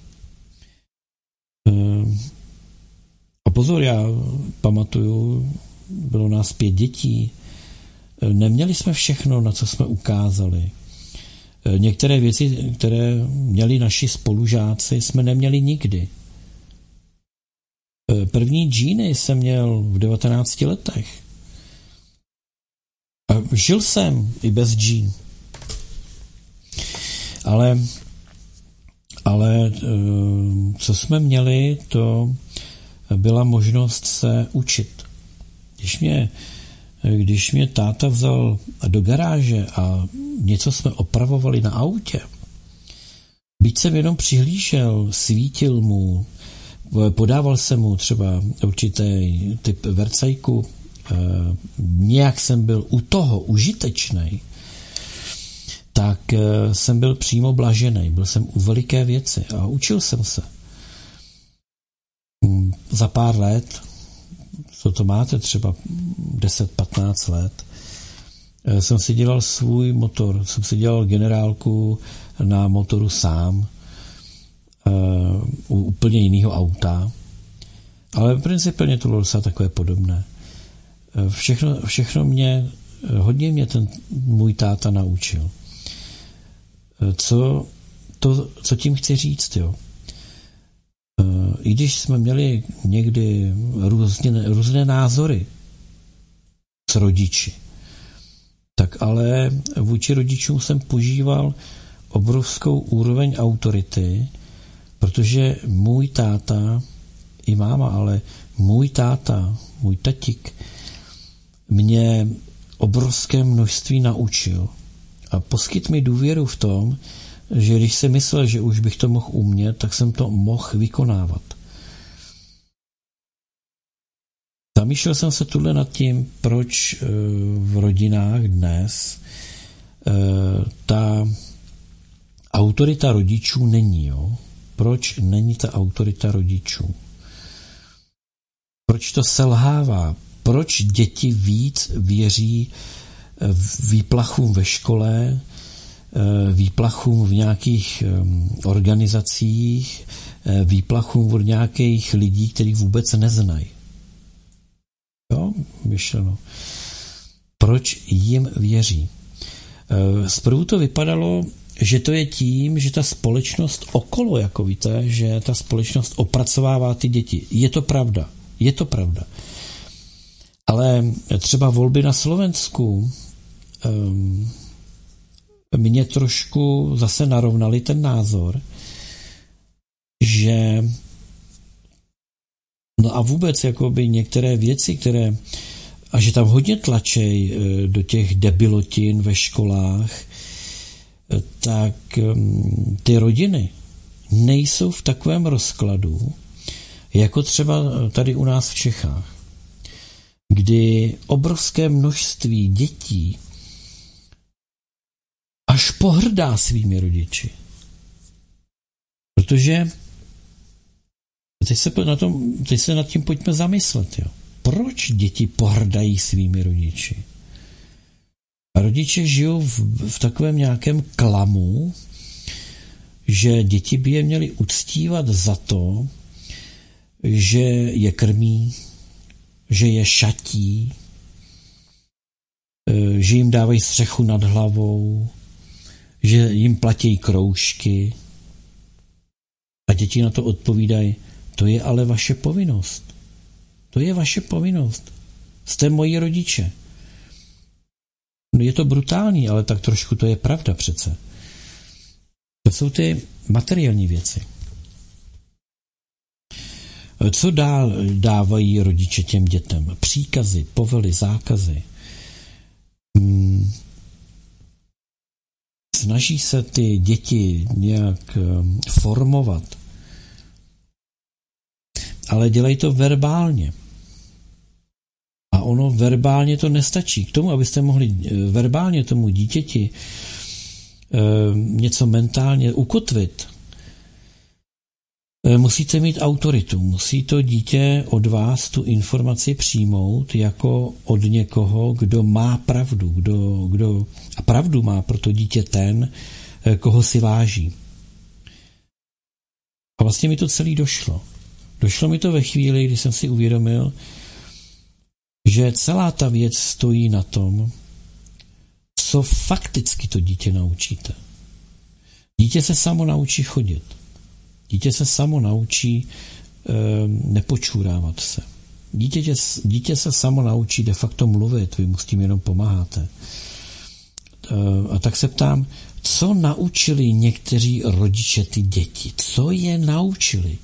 a pozor, já pamatuju, bylo nás 5 dětí, neměli jsme všechno, na co jsme ukázali. Některé věci, které měli naši spolužáci, jsme neměli nikdy. První džíny jsem měl v 19 letech. A žil jsem i bez džín. Ale co jsme měli, to byla možnost se učit. Když mě táta vzal do garáže a něco jsme opravovali na autě, byť jsem jenom přihlížel, svítil mu, podával jsem mu třeba určitý typ vercajku, nějak jsem byl u toho užitečnej, tak jsem byl přímo blažený. Byl jsem u veliké věci a učil jsem se. Za pár let, co to máte, třeba 10-15 let, jsem si dělal svůj motor, jsem si dělal generálku na motoru sám, u úplně jiného auta, ale principálně to bylo docela takové podobné. Hodně mě ten můj táta naučil. Co tím chci říct, jo? I když jsme měli někdy různé názory s rodiči, tak ale vůči rodičům jsem požíval obrovskou úroveň autority, protože můj táta, i máma, ale můj táta, můj tatík, mě obrovské množství naučil a poskytl mi důvěru v tom, že když jsem myslel, že už bych to mohl umět, tak jsem to mohl vykonávat. Zamýšlel jsem se tuhle nad tím, proč v rodinách dnes ta autorita rodičů není. Jo? Proč není ta autorita rodičů? Proč to selhává? Proč děti víc věří výplachům ve škole, výplachům v nějakých organizacích, výplachům od nějakých lidí, kterých vůbec neznají? Jo, myšleno. Proč jim věří? Zprvu to vypadalo, že to je tím, že ta společnost okolo, jako víte, že ta společnost opracovává ty děti. Je to pravda. Ale třeba volby na Slovensku mě trošku zase narovnali ten názor, že no a vůbec jakoby některé věci, které a že tam hodně tlačej do těch debilotin ve školách, tak ty rodiny nejsou v takovém rozkladu, jako třeba tady u nás v Čechách, kdy obrovské množství dětí až pohrdá svými rodiči. Protože teď se nad tím pojďme zamyslet. Jo. Proč děti pohrdají svými rodiči? A rodiče žijou v takovém nějakém klamu, že děti by je měly uctívat za to, že je krmí, že je šatí, že jim dávají střechu nad hlavou, že jim platí kroužky. A děti na to odpovídají, to je ale vaše povinnost. To je vaše povinnost. Jste moji rodiče. No je to brutální, ale tak trošku to je pravda přece. To jsou ty materiální věci. Co dál dávají rodiče těm dětem? Příkazy, povely, zákazy. Snaží se ty děti nějak formovat, ale dělají to verbálně. A ono verbálně to nestačí. K tomu, abyste mohli verbálně tomu dítěti něco mentálně ukotvit, musíte mít autoritu. Musí to dítě od vás tu informaci přijmout jako od někoho, kdo má pravdu. A pravdu má pro to dítě ten, koho si váží. A vlastně mi to celé došlo. Došlo mi to ve chvíli, kdy jsem si uvědomil, že celá ta věc stojí na tom, co fakticky to dítě naučíte. Dítě se samo naučí chodit. Dítě se samo naučí nepočůrávat se. Dítě se samo naučí de facto mluvit, vy mu s tím jenom pomáháte. A tak se ptám, co naučili někteří rodiče ty děti? Co je naučili?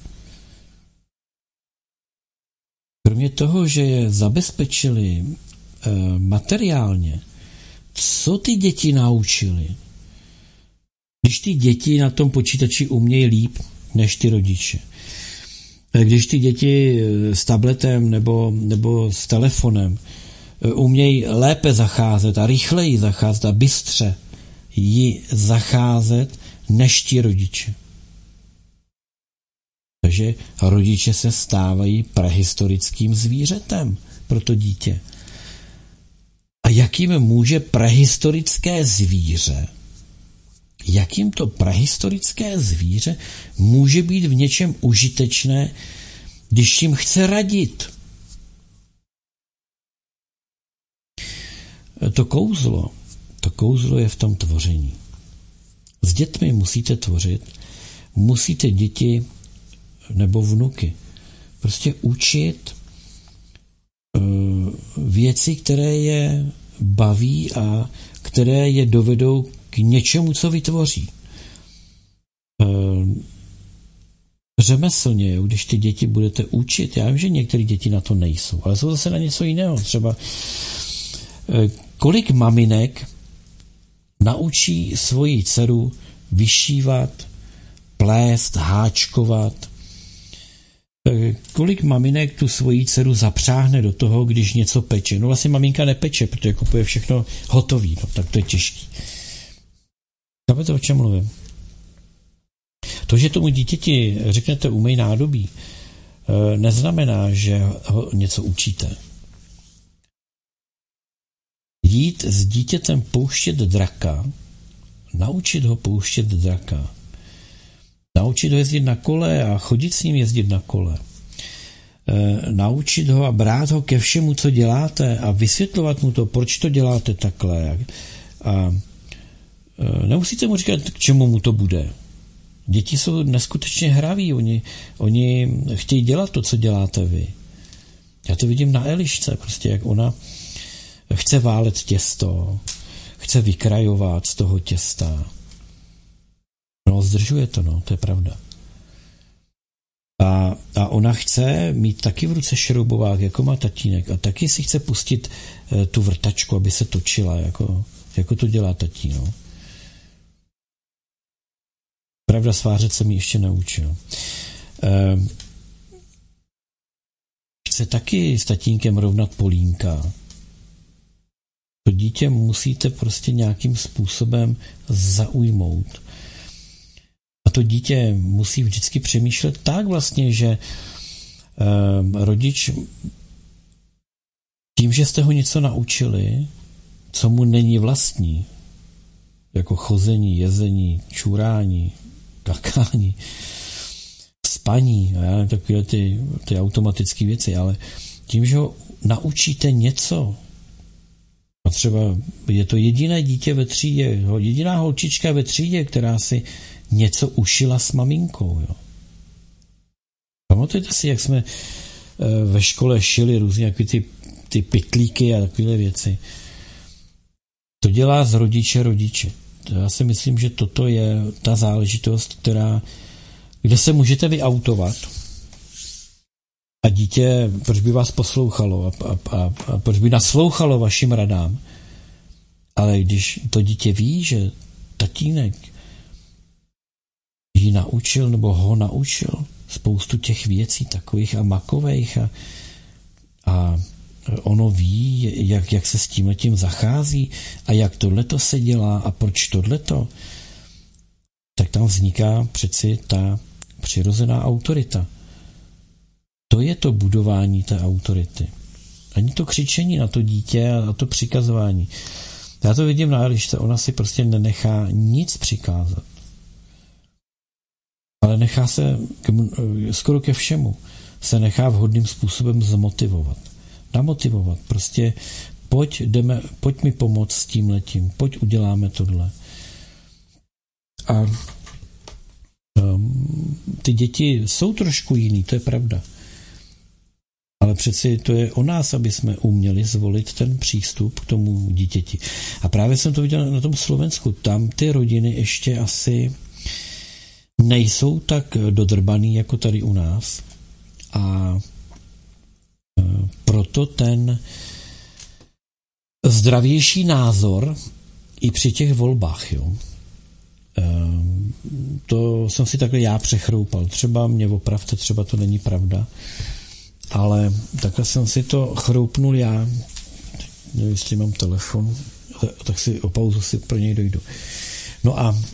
Kromě toho, že je zabezpečili materiálně, co ty děti naučili? Když ty děti na tom počítači umějí líp než ty rodiče. Když ty děti s tabletem nebo s telefonem umějí lépe zacházet a rychleji zacházet a bystře ji zacházet než ti rodiče. Takže rodiče se stávají prehistorickým zvířetem pro to dítě. A jakým může prehistorické zvíře, jakým to prehistorické zvíře může být v něčem užitečné, když jim chce radit? To kouzlo je v tom tvoření. S dětmi musíte tvořit, musíte děti nebo vnuky prostě učit věci, které je baví a které je dovedou k něčemu, co vytvoří. Řemeslně, když ty děti budete učit, já vím, že některé děti na to nejsou, ale jsou zase na něco jiného. Třeba kolik maminek naučí svoji dceru vyšívat, plést, háčkovat. Kolik maminek tu svoji dceru zapřáhne do toho, když něco peče. No vlastně maminka nepeče, protože kupuje všechno hotový, no tak to je těžký. Chápete, o čem mluvím? To, že tomu dítěti řeknete umej nádobí, neznamená, že ho něco učíte. Jít s dítětem pouštět draka, naučit ho pouštět draka, naučit ho jezdit na kole a chodit s ním jezdit na kole, naučit ho a brát ho ke všemu, co děláte a vysvětlovat mu to, proč to děláte takhle. A nemusíte mu říkat, k čemu mu to bude. Děti jsou neskutečně hraví, oni chtějí dělat to, co děláte vy. Já to vidím na Elišce, prostě jak ona chce válet těsto, chce vykrajovat z toho těsta. No, zdržuje to, no, to je pravda. A ona chce mít taky v ruce šroubovák, jako má tatínek, a taky si chce pustit tu vrtačku, aby se točila, jako to dělá tatín. No. Pravda, svářet se mi ještě naučil. Chce taky s tatínkem rovnat polínka. To dítě musíte prostě nějakým způsobem zaujmout. A to dítě musí vždycky přemýšlet tak vlastně, že rodič tím, že jste ho něco naučili, co mu není vlastní, jako chození, jezení, čurání, kakání, spaní, takové ty automatické věci, ale tím, že ho naučíte něco, a třeba je to jediné dítě ve třídě, jediná holčička ve třídě, která si něco ušila s maminkou. Jo. Pamatujete si, jak jsme ve škole šili různě jako ty pytlíky a takové věci. To dělá z rodiče. Já si myslím, že toto je ta záležitost, kde se můžete vyautovat a dítě, proč by vás poslouchalo a proč by naslouchalo vašim radám. Ale když to dítě ví, že tatínek ji naučil nebo ho naučil spoustu těch věcí takových a makových a ono ví, jak se s tímhletím zachází a jak tohleto se dělá a proč tohleto, tak tam vzniká přeci ta přirozená autorita. To je to budování té autority. Ani to křičení na to dítě a to přikazování. Já to vidím na Elišce, ona si prostě nenechá nic přikázat. Ale nechá se skoro ke všemu. Se nechá vhodným způsobem zmotivovat. Namotivovat. Prostě pojď mi pomoct s tímhletím. Pojď uděláme tohle. A ty děti jsou trošku jiný, to je pravda. Ale přeci to je o nás, aby jsme uměli zvolit ten přístup k tomu dítěti. A právě jsem to viděl na tom Slovensku. Tam ty rodiny ještě asi nejsou tak dodrbaný jako tady u nás. A proto ten zdravější názor i při těch volbách, jo. To jsem si takhle já přechroupal. Třeba mě opravte, třeba to není pravda. Ale takhle jsem si to chroupnul já. Nevím, jestli mám telefon, tak si o pauzu si pro něj dojdu. No a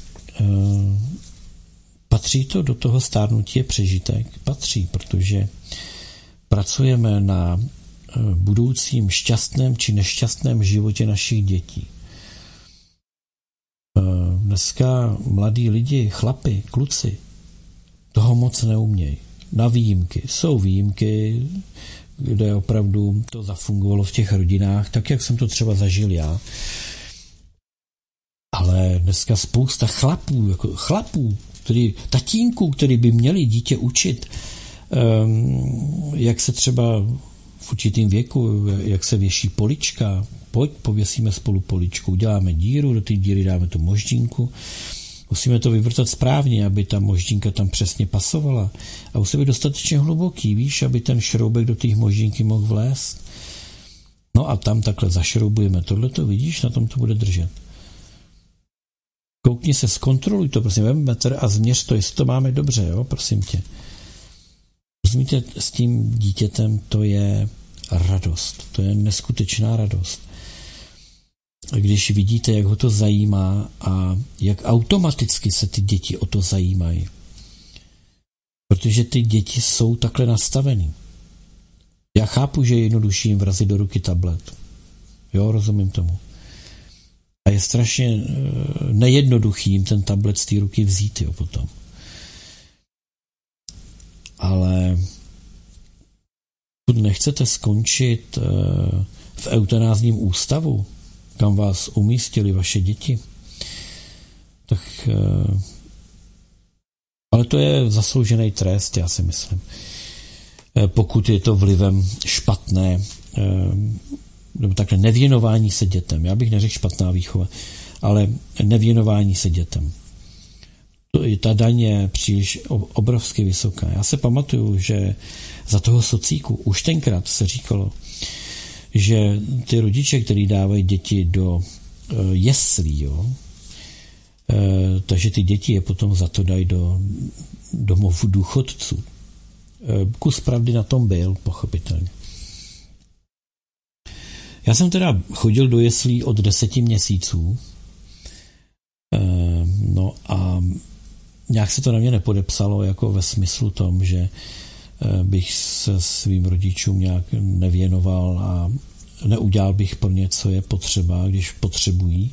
patří to do toho stárnutí je přežitek? Patří, protože pracujeme na budoucím šťastném či nešťastném životě našich dětí. Dneska mladí lidi, chlapi, kluci, toho moc neumějí. Na výjimky. Jsou výjimky, kde opravdu to zafungovalo v těch rodinách, tak jak jsem to třeba zažil já. Ale dneska spousta chlapů, tatínků, který by měli dítě učit, jak se třeba v určitým věku, jak se věší polička, pojď, pověsíme spolu poličku, uděláme díru, do té díry dáme tu moždínku, musíme to vyvrtat správně, aby ta moždínka tam přesně pasovala a musí být dostatečně hluboký, víš, aby ten šroubek do těch moždínky mohl vlézt. No a tam takhle zašroubujeme tohleto, vidíš, na tom to bude držet. Koukni se, zkontroluj to, prosím, vem metr a změř to, jestli to máme dobře, jo, prosím tě. Rozumíte, s tím dítětem to je radost, to je neskutečná radost. Když vidíte, jak ho to zajímá a jak automaticky se ty děti o to zajímají. Protože ty děti jsou takhle nastavený. Já chápu, že je jednodušší jim vrazit do ruky tablet. Jo, rozumím tomu. A je strašně nejednoduchý jim ten tablet z té ruky vzít, jo, potom. Ale pokud nechcete skončit v eutanázním ústavu, kam vás umístili vaše děti, tak ale to je zasloužený trest, já si myslím. Pokud je to vlivem špatné, nebo takhle nevěnování se dětem. Já bych neřekl špatná výchova, ale nevěnování se dětem. ta daň je příliš obrovsky vysoká. Já se pamatuju, že za toho socíku už tenkrát se říkalo, že ty rodiče, kteří dávají děti do jeslí, jo, takže ty děti je potom za to dají do domovů důchodců. Kus pravdy na tom byl, pochopitelně. Já jsem teda chodil do jeslí od 10 měsíců, no a nějak se to na mě nepodepsalo, jako ve smyslu tom, že bych se svým rodičům nějak nevěnoval a neudělal bych pro ně, co je potřeba, když potřebují.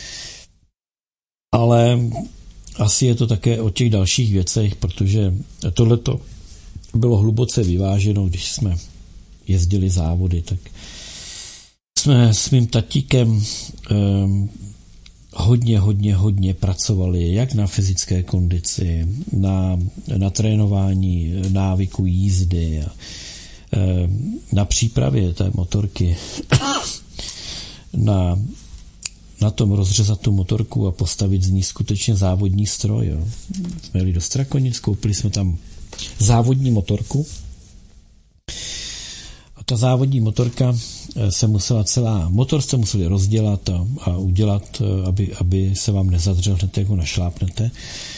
Ale asi je to také o těch dalších věcech, protože tohleto bylo hluboce vyváženo, když jsme jezdili závody, tak jsme s mým tatíkem hodně pracovali, jak na fyzické kondici, na trénování návyku jízdy, na přípravě té motorky, na tom rozřezat tu motorku a postavit z ní skutečně závodní stroj. Jo. Jsme jeli do Strakonic, koupili jsme tam závodní motorku a ta závodní motorka se musela motor jste museli rozdělat a udělat, aby se vám nezadřel hned, jako našlápnete.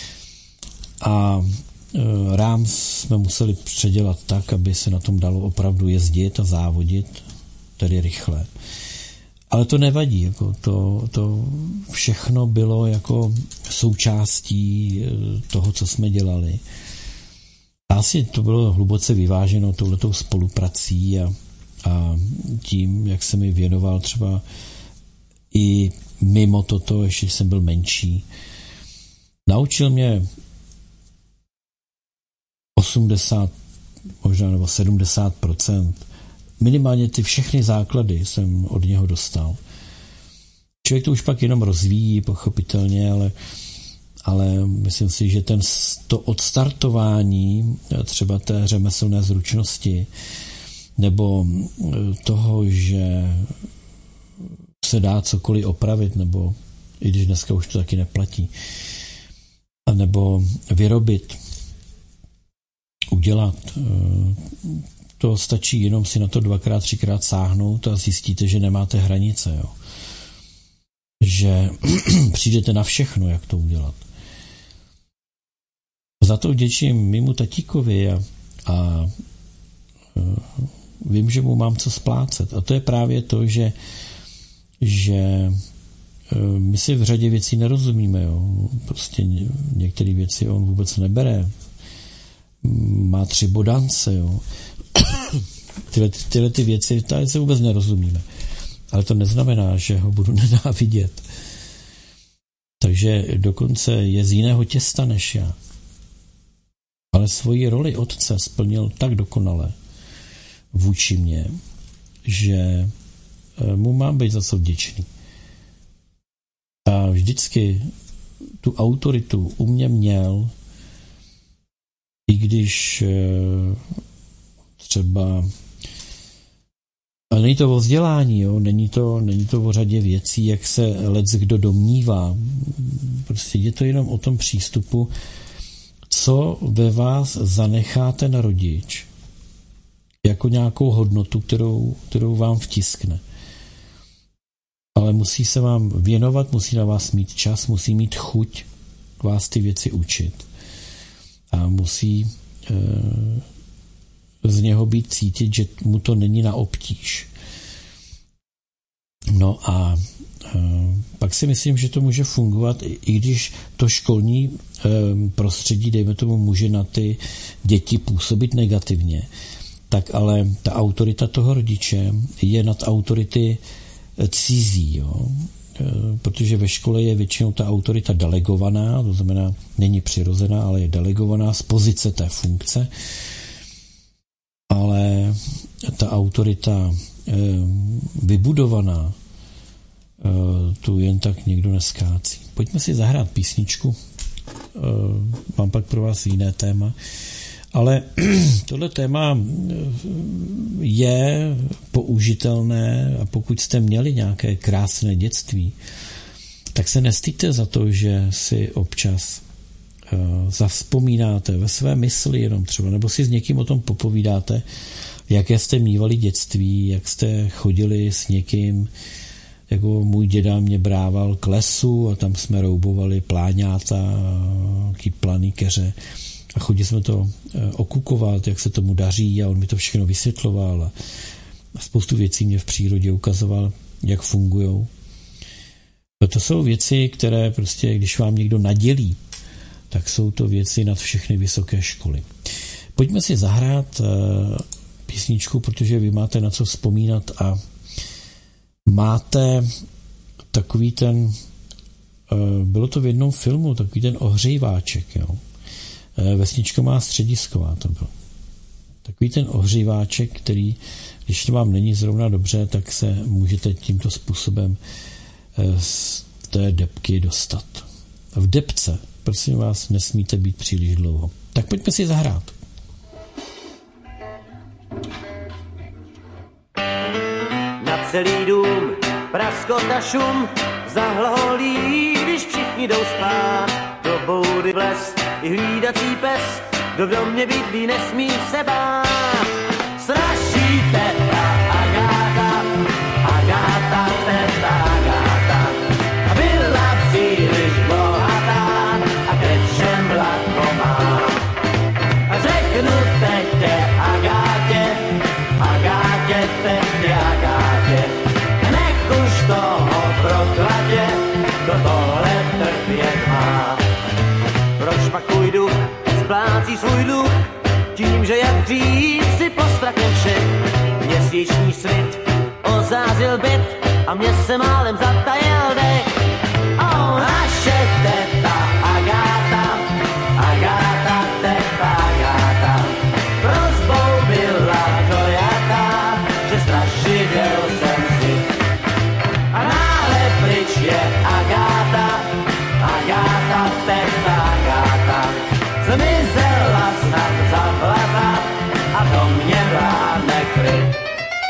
A rám jsme museli předělat tak, aby se na tom dalo opravdu jezdit a závodit, tedy rychle. Ale to nevadí, jako to všechno bylo jako součástí toho, co jsme dělali. Asi to bylo hluboce vyváženo touhletou spoluprací a tím, jak jsem mi věnoval třeba i mimo toto, ještě jsem byl menší. Naučil mě 80, možná nebo 70%. Minimálně ty všechny základy jsem od něho dostal. Člověk to už pak jenom rozvíjí, pochopitelně, ale myslím si, že to odstartování třeba té řemeslné zručnosti nebo toho, že se dá cokoliv opravit, nebo i když dneska už to taky neplatí, nebo vyrobit, udělat, to stačí jenom si na to 2x, 3x sáhnout a zjistíte, že nemáte hranice. Jo. Že přijdete na všechno, jak to udělat. Za to vděčím mému tatíkovi a vím, že mu mám co splácet. A to je právě to, že my si v řadě věcí nerozumíme. Jo. Prostě některé věci on vůbec nebere. Má 3 bodance. Jo. Tyhle ty věci, tady se vůbec nerozumíme. Ale to neznamená, že ho budu nenávidět. Takže dokonce je z jiného těsta než já. Ale svoji roli otce splnil tak dokonale vůči mně, že mu mám být za co vděčný. A vždycky tu autoritu u mě měl, i když třeba ale není to o vzdělání, jo? Není to o řadě věcí, jak se leckdo domnívá. Prostě je to jenom o tom přístupu, co ve vás zanechá ten rodič jako nějakou hodnotu, kterou vám vtiskne. Ale musí se vám věnovat, musí na vás mít čas, musí mít chuť vás ty věci učit. A musí z něho být cítit, že mu to není na obtíž. No a pak si myslím, že to může fungovat, i když to školní prostředí, dejme tomu, může na ty děti působit negativně, tak ale ta autorita toho rodiče je nad autority cizí, jo? Protože ve škole je většinou ta autorita delegovaná, to znamená, není přirozená, ale je delegovaná z pozice té funkce, ale ta autorita vybudovaná, tu jen tak někdo neskácí. Pojďme si zahrát písničku, mám pak pro vás jiné téma, ale tohle téma je použitelné a pokud jste měli nějaké krásné dětství, tak se nestýďte za to, že si občas zavzpomínáte ve své mysli jenom třeba, nebo si s někým o tom popovídáte, jaké jste mívali dětství, jak jste chodili s někým, jako můj děda mě brával k lesu a tam jsme roubovali pláňáta, taký planý keře a chodili jsme to okukovat, jak se tomu daří a on mi to všechno vysvětloval a spoustu věcí mě v přírodě ukazoval, jak fungujou. To jsou věci, které prostě, když vám někdo nadělí, tak jsou to věci nad všechny vysoké školy. Pojďme si zahrát písničku, protože vy máte na co vzpomínat a máte takový ten, bylo to v jednom filmu, takový ten ohřejváček, jo. Vesnička má středisková to bylo. Takový ten ohřejváček, který, když to vám není zrovna dobře, tak se můžete tímto způsobem z té depky dostat. V depce, prosím vás, nesmíte být příliš dlouho. Tak pojďme si zahrát. Na celý dům praskota šum zahlaholí, když všichni jdou spát. Do boudy vles i hlídací pes, kdo v domě bydlí, nesmí se bát. Straší teta Agáta, Agáta, teta Agáta. A byla příliš bohatá a ke všem hladko má. A řeknu tetě Agátě, Agátě, tetě Agátě, nech už toho prokladě, kdo tohle trpět má. Proč pak můj duch splácí svůj dluh, tím, že jak dřív si postrachem všech. Měsíční svit ozářil byt a mě se málem zatajil dech. O, naše teta Agáta, Agáta, teta Agáta, prosbou byla dojatá, že strašidel jsem si. A náhle pryč je Agáta, Agáta, teta Agáta, zmizela snad za blata a do mě vládne klid.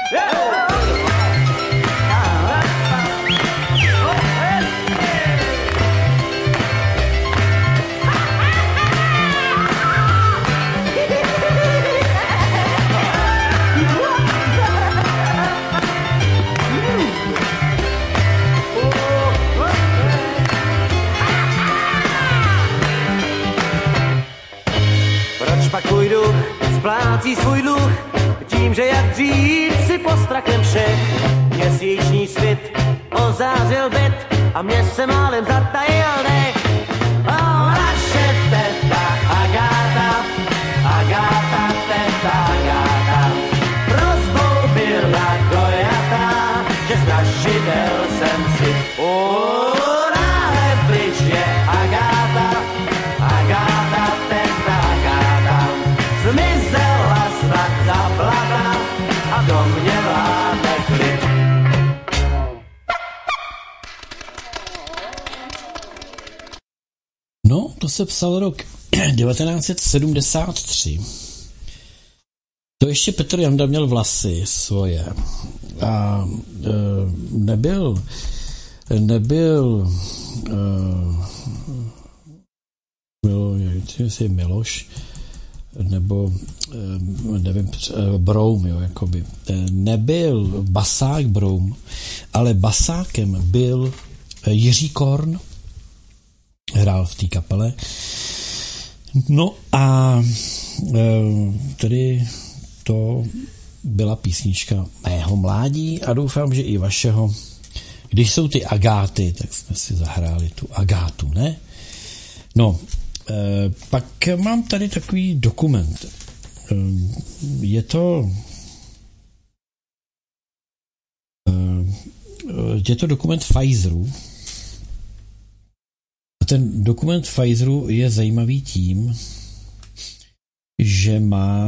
Proč pak můj duch splácí svůj dluh, tím, že jak dřív si postrachem všech. Měsíční svit ozářil byt a mě se málem zatajil dech. O, naše teta Agáta, Agáta, teta Agáta, prosbou byla dojatá, že strašidel jsem si. O, náhle pryč je Agáta, Agáta, teta Agáta, zmizela snad za blata a do mě vládne klid. No, to se psal rok 1973. To ještě Petr Janda měl vlasy svoje. A nebyl jestli Miloš, nebo nevím, Broum, jo, jakoby. Nebyl basák Broum, ale basákem byl Jiří Korn, hrál v té kapele. No a tedy to byla písnička mého mládí a doufám, že i vašeho. Když jsou ty Agáty, tak jsme si zahráli tu Agátu, ne? No, pak mám tady takový dokument. Je to dokument Pfizeru. A ten dokument Pfizeru je zajímavý tím, že má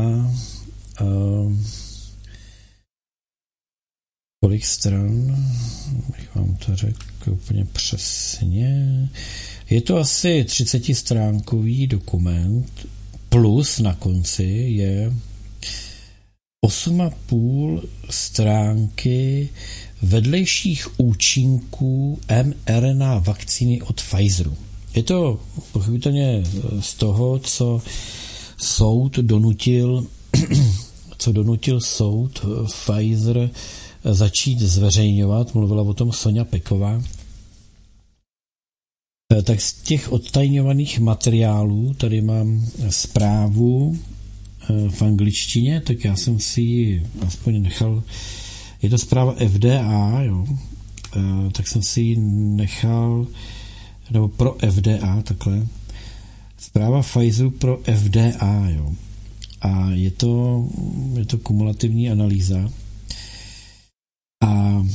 kolik stran, bych vám to řekl úplně přesně. Je to asi 30stránkový dokument, plus na konci je 8,5 stránky vedlejších účinků mRNA vakcíny od Pfizeru. Je to pochopitelně z toho, co donutil soud Pfizer začít zveřejňovat, mluvila o tom Sonja Peková, tak z těch odtajňovaných materiálů, tady mám zprávu v angličtině, tak já jsem si ji aspoň nechal, je to zpráva FDA, jo, tak jsem si ji nechal, nebo pro FDA, takhle, zpráva Pfizeru pro FDA, jo, a je to kumulativní analýza a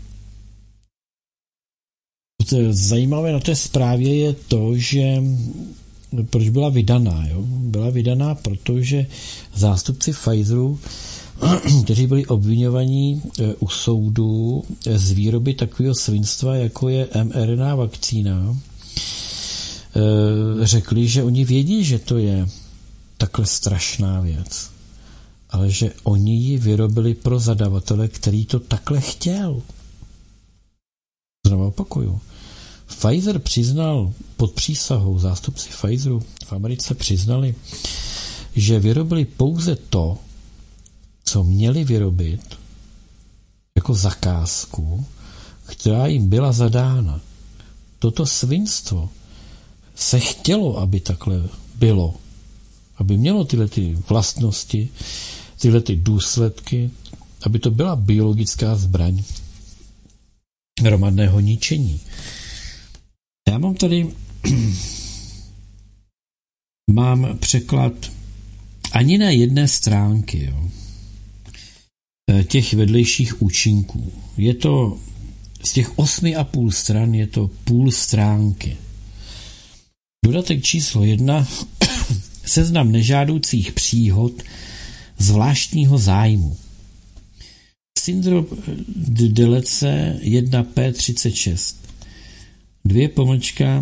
zajímavé na té zprávě je to, že proč byla vydaná, jo? Byla vydaná, protože zástupci Pfizeru, kteří byli obviňovaní u soudu z výroby takového svinstva, jako je mRNA vakcína, řekli, že oni vědí, že to je takhle strašná věc, ale že oni ji vyrobili pro zadavatele, který to takhle chtěl. Znovu opakuju. Pfizer přiznal pod přísahou, zástupci Pfizeru v Americe přiznali, že vyrobili pouze to, co měli vyrobit jako zakázku, která jim byla zadána. Toto svinstvo se chtělo, aby takhle bylo. Aby mělo tyhle ty vlastnosti, tyhle ty důsledky, aby to byla biologická zbraň hromadného ničení. Já mám tady mám překlad ani na jedné stránky, jo, těch vedlejších účinků. Je to z těch 8,5 stran, je to půl stránky. Dodatek číslo 1, seznam nežádoucích příhod zvláštního zájmu. Syndrom Delece 1P36. 2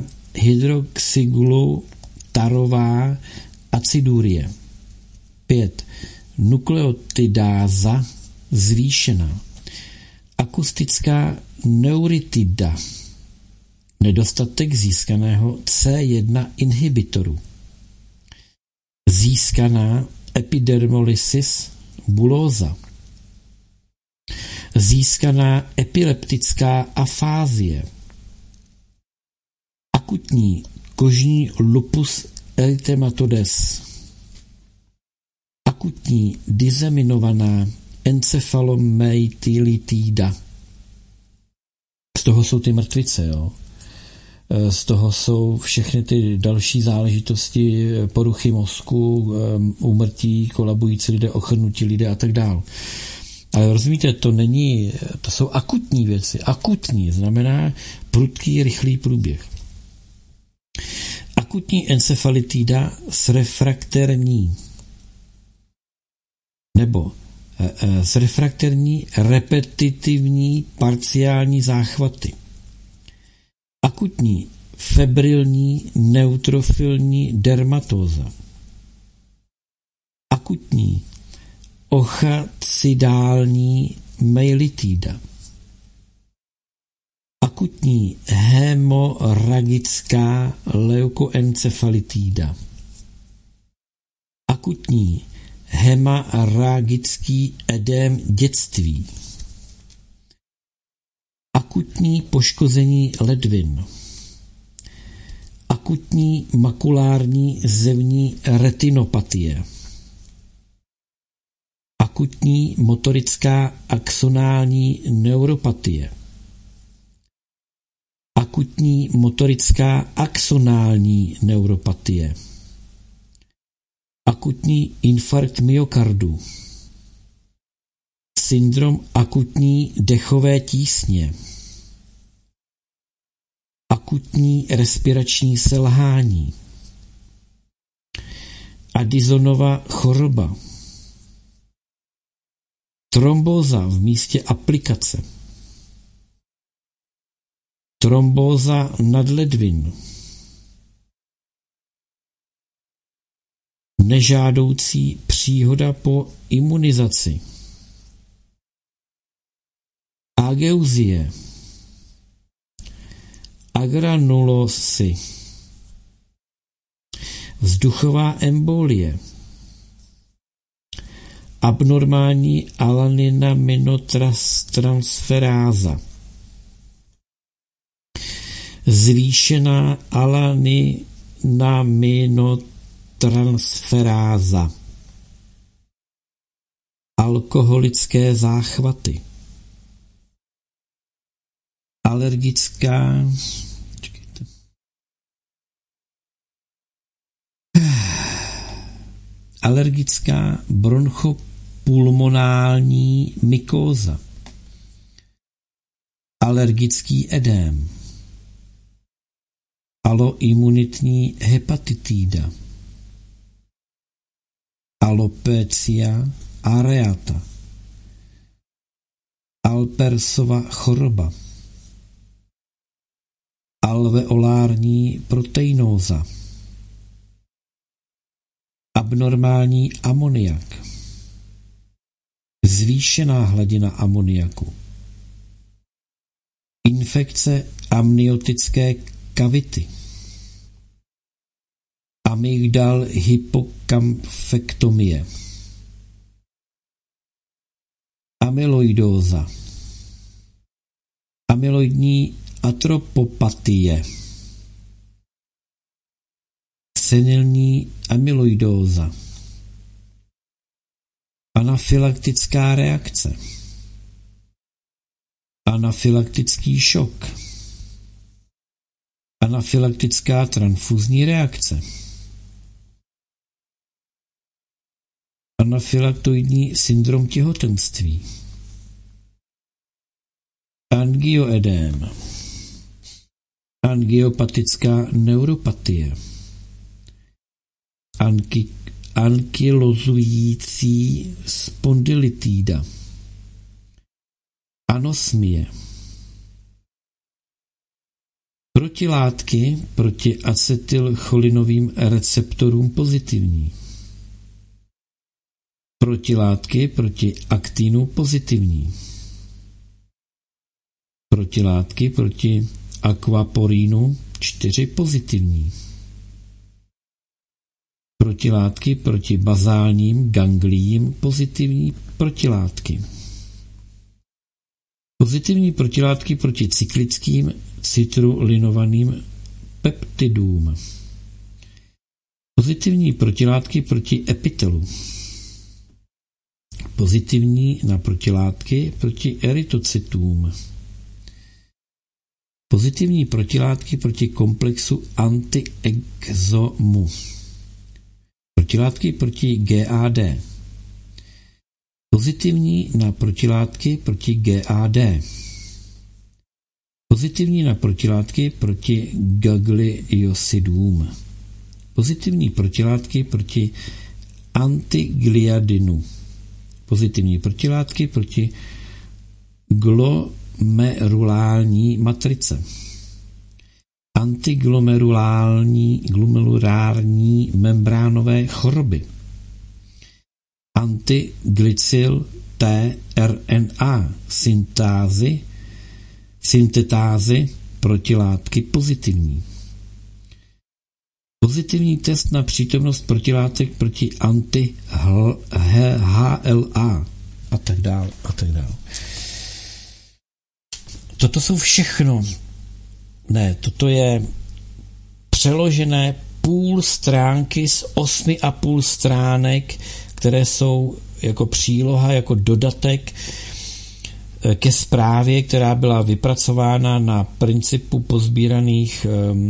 hydroxyglutárová acidurie. 5. Nukleotidáza zvýšená. Akustická neuritida. Nedostatek získaného C1 inhibitoru. Získaná epidermolysis bullosa. Získaná epileptická afázie. Akutní kožní lupus erythematodes. Akutní diseminovaná encefalomyelitída. Z toho jsou ty mrtvice, jo. Z toho jsou všechny ty další záležitosti, poruchy mozku, úmrtí, kolabující lidé, ochrnutí lidé a tak dále. Ale rozumíte, to jsou akutní věci. Akutní znamená prudký, rychlý průběh. Akutní encefalitída s refrakterní nebo s refrakterní repetitivní parciální záchvaty. Akutní febrilní neutrofilní dermatóza. Akutní ochacidální myelitída. Akutní hemoragická leukoencefalitída. Akutní hemorragický edém dětství. Akutní poškození ledvin. Akutní makulární zevní retinopatie. Akutní motorická axonální neuropatie. Akutní motorická axonální neuropatie. Akutní infarkt myokardu. Syndrom akutní dechové tísně. Akutní respirační selhání. Addisonova choroba. Trombóza v místě aplikace. Trombóza nadledvin. Nežádoucí příhoda po imunizaci. Ageuzie. Agranulosy. vzduchová embolie, abnormální alaninaaminotransferáza, zvýšená alaninaaminotransferáza, alkoholické záchvaty, alergická bronchopulmonální mykóza, alergický edém, aloimunitní hepatitída, alopecia areata, Alpersova choroba, alveolární proteinóza, abnormální amoniak, zvýšená hladina amoniaku, infekce amniotické kavity, amygdal hypokamfektomie, amyloidóza, amyloidní atropopatie, senilní amyloidóza, anafylaktická reakce, anafylaktický šok, anafylaktická transfuzní reakce, anafylaktoidní syndrom těhotenství, angioedém, angiopatická neuropatie, ankylozující spondylitída, anosmie, protilátky proti acetylcholinovým receptorům pozitivní, protilátky proti aktinu pozitivní, protilátky proti aquaporínu 4 pozitivní, protilátky proti bazálním gangliím pozitivní protilátky, pozitivní protilátky proti cyklickým citrulinovaným peptidům, pozitivní protilátky proti epitelu, pozitivní na protilátky proti erytocytům, pozitivní protilátky proti komplexu antiexomu, protilátky proti GAD, pozitivní na protilátky proti GAD, pozitivní na protilátky proti gangliosidům, pozitivní protilátky proti antigliadinu, pozitivní protilátky proti glomerulální matrice, antiglomerulární membránové choroby, antiglycyl tRNA syntetázy protilátky pozitivní, pozitivní test na přítomnost protilátek proti anti-HLA a tak dále a tak dále. Toto jsou všechno. Ne, toto je přeložené půl stránky z 8,5 stránek, které jsou jako příloha, jako dodatek ke zprávě, která byla vypracována na principu pozbíraných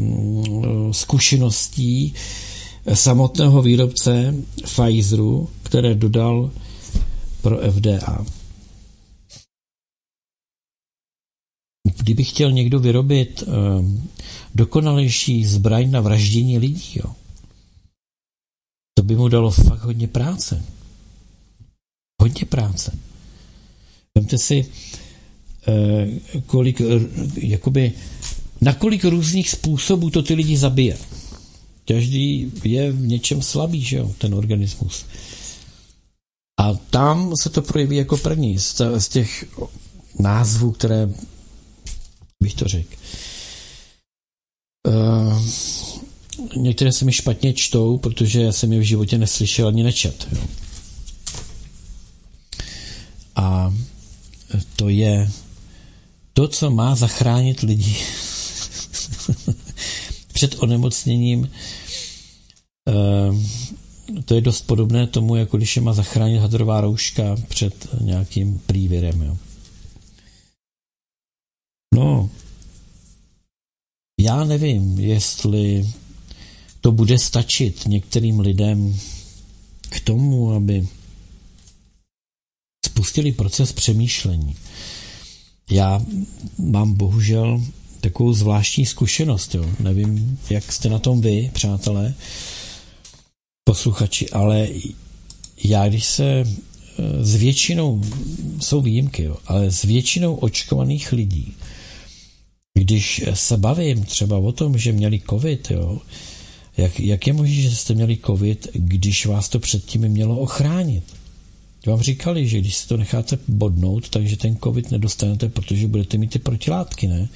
zkušeností samotného výrobce Pfizeru, které dodal pro FDA. Kdyby chtěl někdo vyrobit dokonalejší zbraň na vraždění lidí, jo, to by mu dalo fakt hodně práce. Hodně práce. Vemte si, na kolik různých způsobů to ty lidi zabije. Každý je v něčem slabý, že jo, ten organismus. A tam se to projeví jako první z těch názvů, které bych to řekl. některé se mi špatně čtou, protože já jsem je v životě neslyšel ani nečet. Jo. A to je to, co má zachránit lidi před onemocněním. To je dost podobné tomu, jako když je má zachránit hadrová rouška před nějakým prývirem. Jo. No, já nevím, jestli to bude stačit některým lidem k tomu, aby spustili proces přemýšlení. Já mám bohužel takovou zvláštní zkušenost. Jo. Nevím, jak jste na tom vy, přátelé, posluchači, ale já, když se s většinou, jsou výjimky, jo, ale s většinou očkovaných lidí, když se bavím třeba o tom, že měli covid, jo, jak je možné, že jste měli covid, když vás to předtím mělo ochránit? Vám říkali, že když si to necháte bodnout, takže ten covid nedostanete, protože budete mít ty protilátky, ne?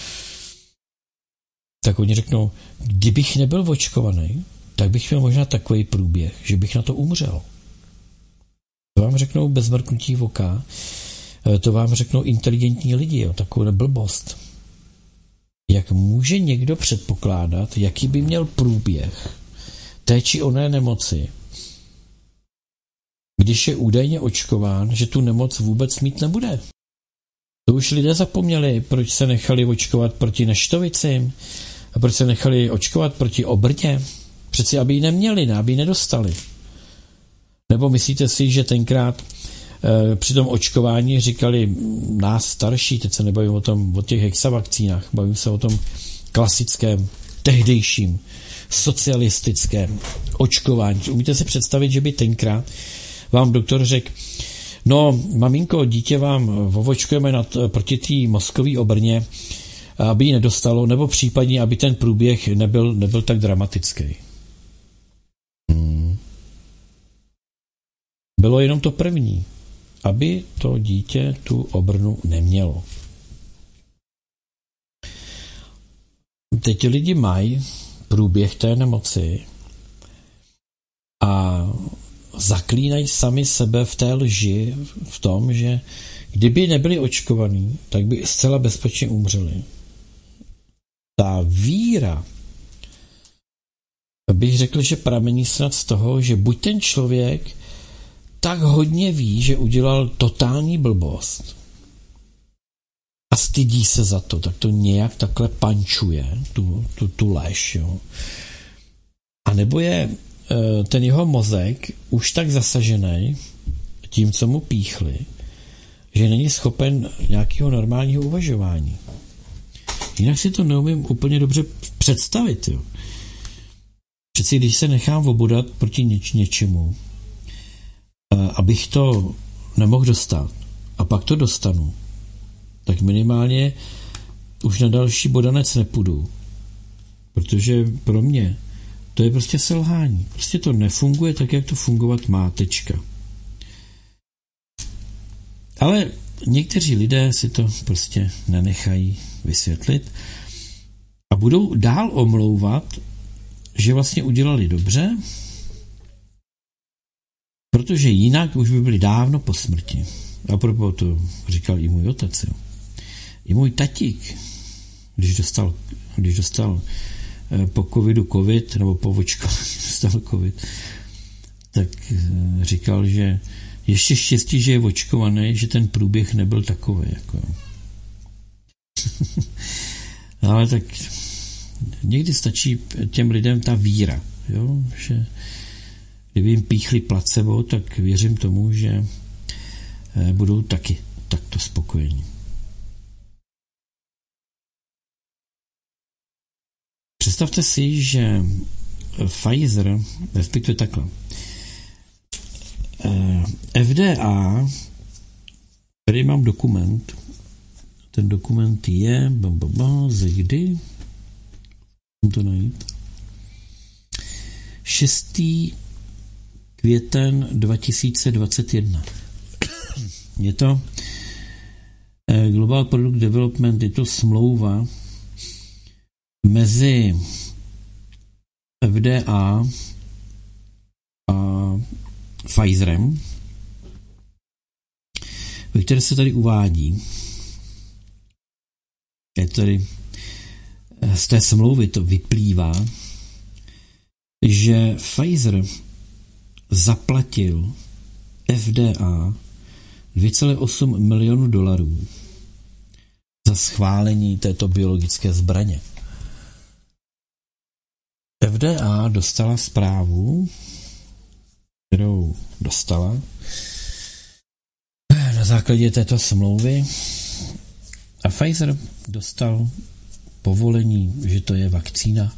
Tak oni řeknou, kdybych nebyl očkovaný, tak bych měl možná takový průběh, že bych na to umřel. To vám řeknou bez mrknutí oka, to vám řeknou inteligentní lidi, jo, takovou blbost. Jak může někdo předpokládat, jaký by měl průběh té či oné nemoci, když je údajně očkován, že tu nemoc vůbec mít nebude? To už lidé zapomněli, proč se nechali očkovat proti neštovicím a proč se nechali očkovat proti obrně. Přeci, aby ji neměli, ne, aby ji nedostali. Nebo myslíte si, že tenkrát při tom očkování říkali nás starší, teď se nebavím o těch hexavakcínách, bavím se o tom klasickém, tehdejším, socialistickém očkování. Umíte si představit, že by tenkrát vám doktor řekl, no maminko, dítě vám ovočkujeme proti té mozkové obrně, aby ji nedostalo, nebo případně, aby ten průběh nebyl tak dramatický. Bylo jenom to první, aby to dítě tu obrnu nemělo. Teď lidi mají průběh té nemoci a zaklínají sami sebe v té lži, v tom, že kdyby nebyli očkovaní, tak by zcela bezpečně umřeli. Ta víra, bych řekl, že pramení snad z toho, že buď ten člověk tak hodně ví, že udělal totální blbost a stydí se za to, tak to nějak takhle pančuje, tu lež. Jo. A nebo je ten jeho mozek už tak zasažený tím, co mu píchli, že není schopen nějakého normálního uvažování. Jinak si to neumím úplně dobře představit. Jo. Přeci když se nechám obodat proti něčemu, abych to nemohl dostat a pak to dostanu, tak minimálně už na další bodanec nepůjdu. Protože pro mě to je prostě selhání. Prostě to nefunguje tak, jak to fungovat má, tečka. Ale někteří lidé si to prostě nenechají vysvětlit a budou dál omlouvat, že vlastně udělali dobře, protože jinak už by byli dávno po smrti. A proto to říkal i můj otec. Jo. I můj tatík, když dostal po covidu covid, nebo po očkování dostal covid, tak říkal, že ještě štěstí, že je očkovaný, že ten průběh nebyl takový. Jako. Ale tak někdy stačí těm lidem ta víra, jo? Že kdyby jim píchli placebo, tak věřím tomu, že budou taky takto spokojení. Představte si, že Pfizer, respektive takhle, FDA, tady mám dokument, ten dokument je, ze kdy? Můžu to najít. 6. květen 2021. Je to Global Product Development, je to smlouva mezi FDA a Pfizerem, ve které se tady uvádí, je tady z té smlouvy to vyplývá, že Pfizer zaplatil FDA $2,8 milionu za schválení této biologické zbraně. FDA dostala zprávu, kterou dostala na základě této smlouvy, a Pfizer dostal povolení, že to je vakcína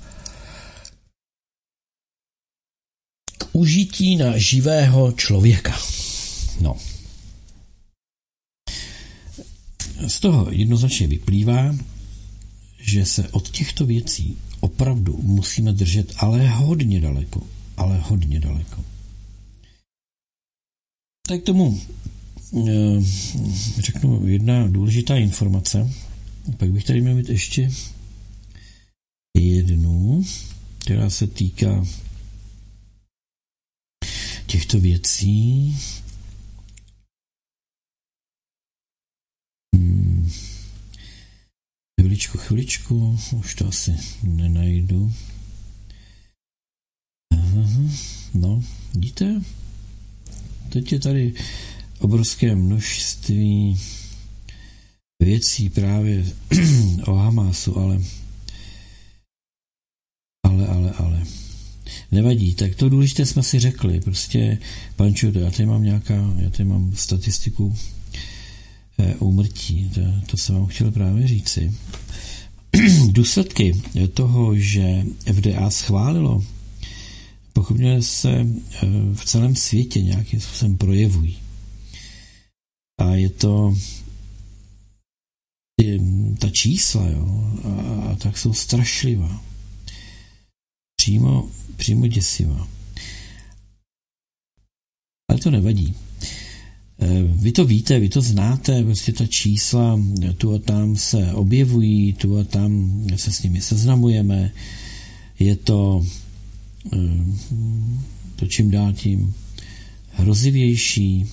k užití na živého člověka. No. Z toho jednoznačně vyplývá, že se od těchto věcí opravdu musíme držet ale hodně daleko. Tak tomu řeknu jedna důležitá informace. Pak bych tady měl mít ještě jednu, která se týká těchto věcí. Chviličku, už to asi nenajdu. No, vidíte? Teď je tady obrovské množství věcí právě o Hamasu, ale nevadí. Tak to důležité jsme si řekli. Prostě, Pančo, já tady mám statistiku úmrtí. To jsem vám chtěl právě říci. Důsledky toho, že FDA schválilo, pochopně se v celém světě nějakým způsobem projevují. A je to ta čísla, jo, a tak jsou strašlivá. Přímo děsivá. Ale to nevadí. Vy to víte, vy to znáte, prostě ta čísla tu a tam se objevují, tu a tam se s nimi seznamujeme. Je to čím dál tím hrozivější.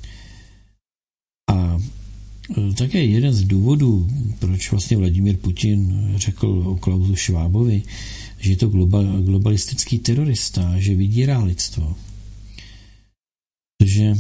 A také jeden z důvodů, proč vlastně Vladimír Putin řekl o Klausu Schwabovi, že je to globalistický terorista, že vydírá lidstvo. Protože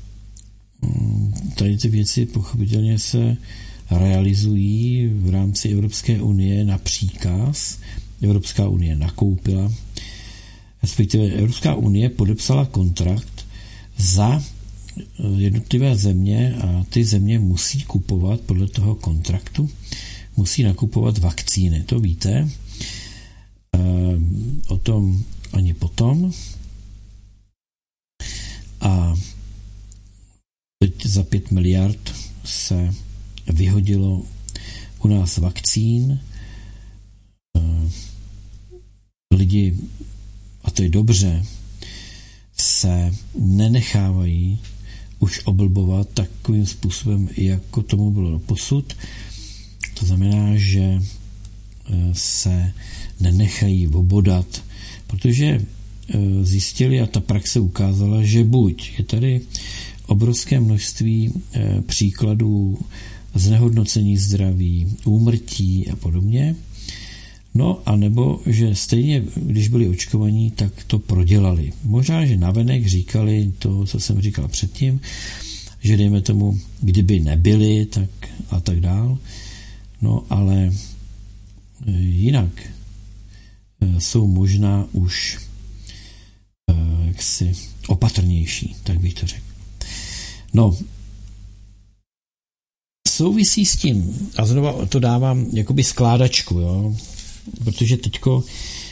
tady ty věci pochopitelně se realizují v rámci Evropské unie na příkaz. Evropská unie nakoupila, respektive Evropská unie podepsala kontrakt za jednotlivé země a ty země musí kupovat podle toho kontraktu, musí nakupovat vakcíny, to víte. O tom ani potom. A teď za 5 miliard se vyhodilo u nás vakcín. Lidi, a to je dobře, se nenechávají už oblbovat takovým způsobem, jako tomu bylo doposud. To znamená, že se nenechají obodat, protože zjistili, a ta praxe ukázala, že buď je tady obrovské množství příkladů znehodnocení zdraví, úmrtí a podobně, no a nebo, že stejně, když byli očkovaní, tak to prodělali. Možná, že navenek říkali to, co jsem říkal předtím, že dejme tomu, kdyby nebyli, tak a tak dál. No, ale jinak jsou možná už jaksi opatrnější, tak bych to řekl. No, souvisí s tím, a znova to dávám jakoby skládačku, jo, protože teďko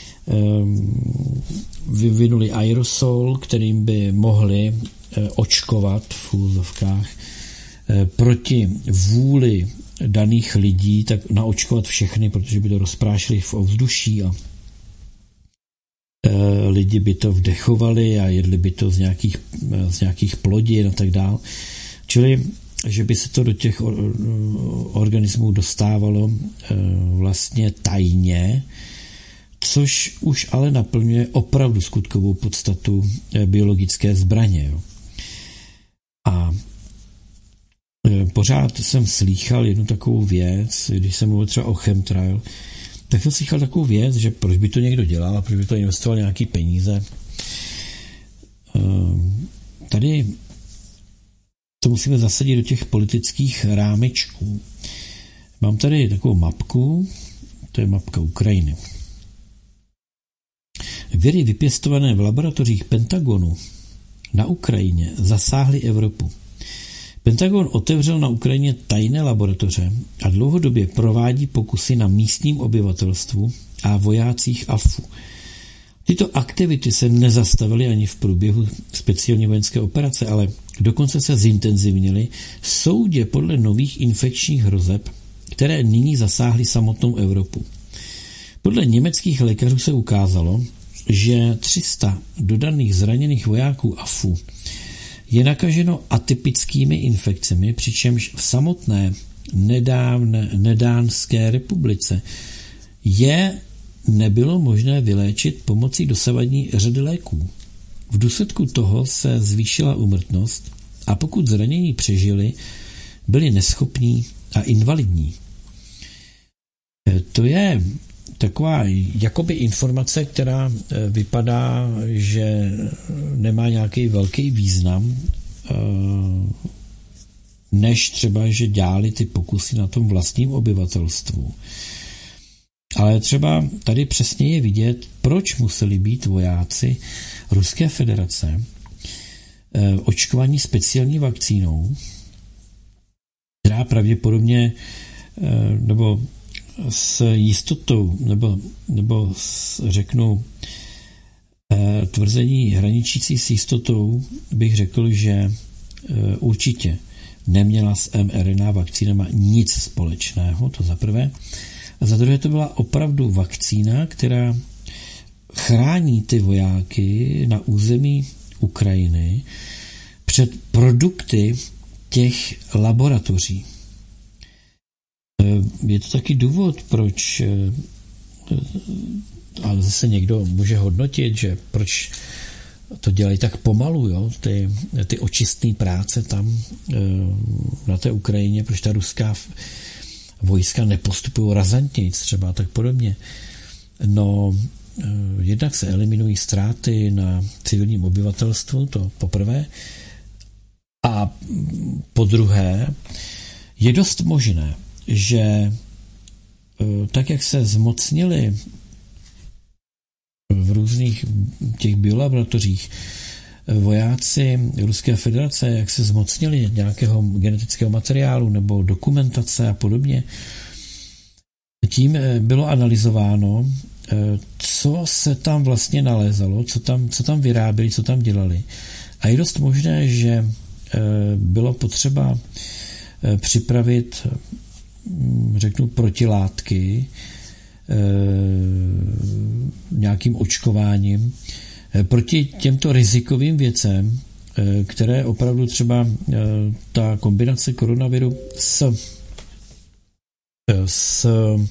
vyvinuli aerosol, kterým by mohli očkovat v úzovkách proti vůli daných lidí, tak naočkovat všechny, protože by to rozprášili v ovzduší a lidi by to vdechovali a jedli by to z nějakých plodin a tak dál. Čili, že by se to do těch organismů dostávalo vlastně tajně, což už ale naplňuje opravdu skutkovou podstatu biologické zbraně. Jo. A pořád jsem slýchal jednu takovou věc, když jsem mluvil třeba o chemtrail, tak jsem slýchal takovou věc, že proč by to někdo dělal a proč by to investoval nějaký peníze. Tady to musíme zasadit do těch politických rámečků. Mám tady takovou mapku, to je mapka Ukrajiny. Viry vypěstované v laboratořích Pentagonu na Ukrajině zasáhly Evropu. Pentagon otevřel na Ukrajině tajné laboratoře a dlouhodobě provádí pokusy na místním obyvatelstvu a vojácích AFU. Tyto aktivity se nezastavily ani v průběhu speciální vojenské operace, ale dokonce se zintenzivnily soudě podle nových infekčních hrozeb, které nyní zasáhly samotnou Evropu. Podle německých lékařů se ukázalo, že 300 dodaných zraněných vojáků AFU je nakaženo atypickými infekcemi, přičemž v samotné Nedánské republice je nebylo možné vyléčit pomocí dosavadní řady léků. V důsledku toho se zvýšila úmrtnost a pokud zranění přežili, byli neschopní a invalidní. To je taková jakoby informace, která vypadá, že nemá nějaký velký význam, než třeba, že dělali ty pokusy na tom vlastním obyvatelstvu. Ale třeba tady přesně je vidět, proč museli být vojáci Ruské federace očkovaní speciální vakcínou, která pravděpodobně nebo s jistotou, nebo řeknu tvrzení hraničící s jistotou bych řekl, že určitě neměla s mRNA vakcínama nic společného, to za prvé. A za druhé to byla opravdu vakcína, která chrání ty vojáky na území Ukrajiny před produkty těch laboratoří. Je to taky důvod, proč, ale zase někdo může hodnotit, že proč to dělají tak pomalu, jo? Ty očistné práce tam na té Ukrajině, proč ta ruská vojska nepostupují razantněji třeba tak podobně. No, jednak se eliminují ztráty na civilním obyvatelstvu, to poprvé, a po druhé je dost možné, že tak, jak se zmocnili v různých těch biolaboratořích vojáci Ruské federace, jak se zmocnili nějakého genetického materiálu nebo dokumentace a podobně, tím bylo analyzováno, co se tam vlastně nalézalo, co tam vyráběli, co tam dělali. A je dost možné, že bylo potřeba připravit, řeknu, protilátky nějakým očkováním proti těmto rizikovým věcem, které opravdu třeba ta kombinace koronaviru s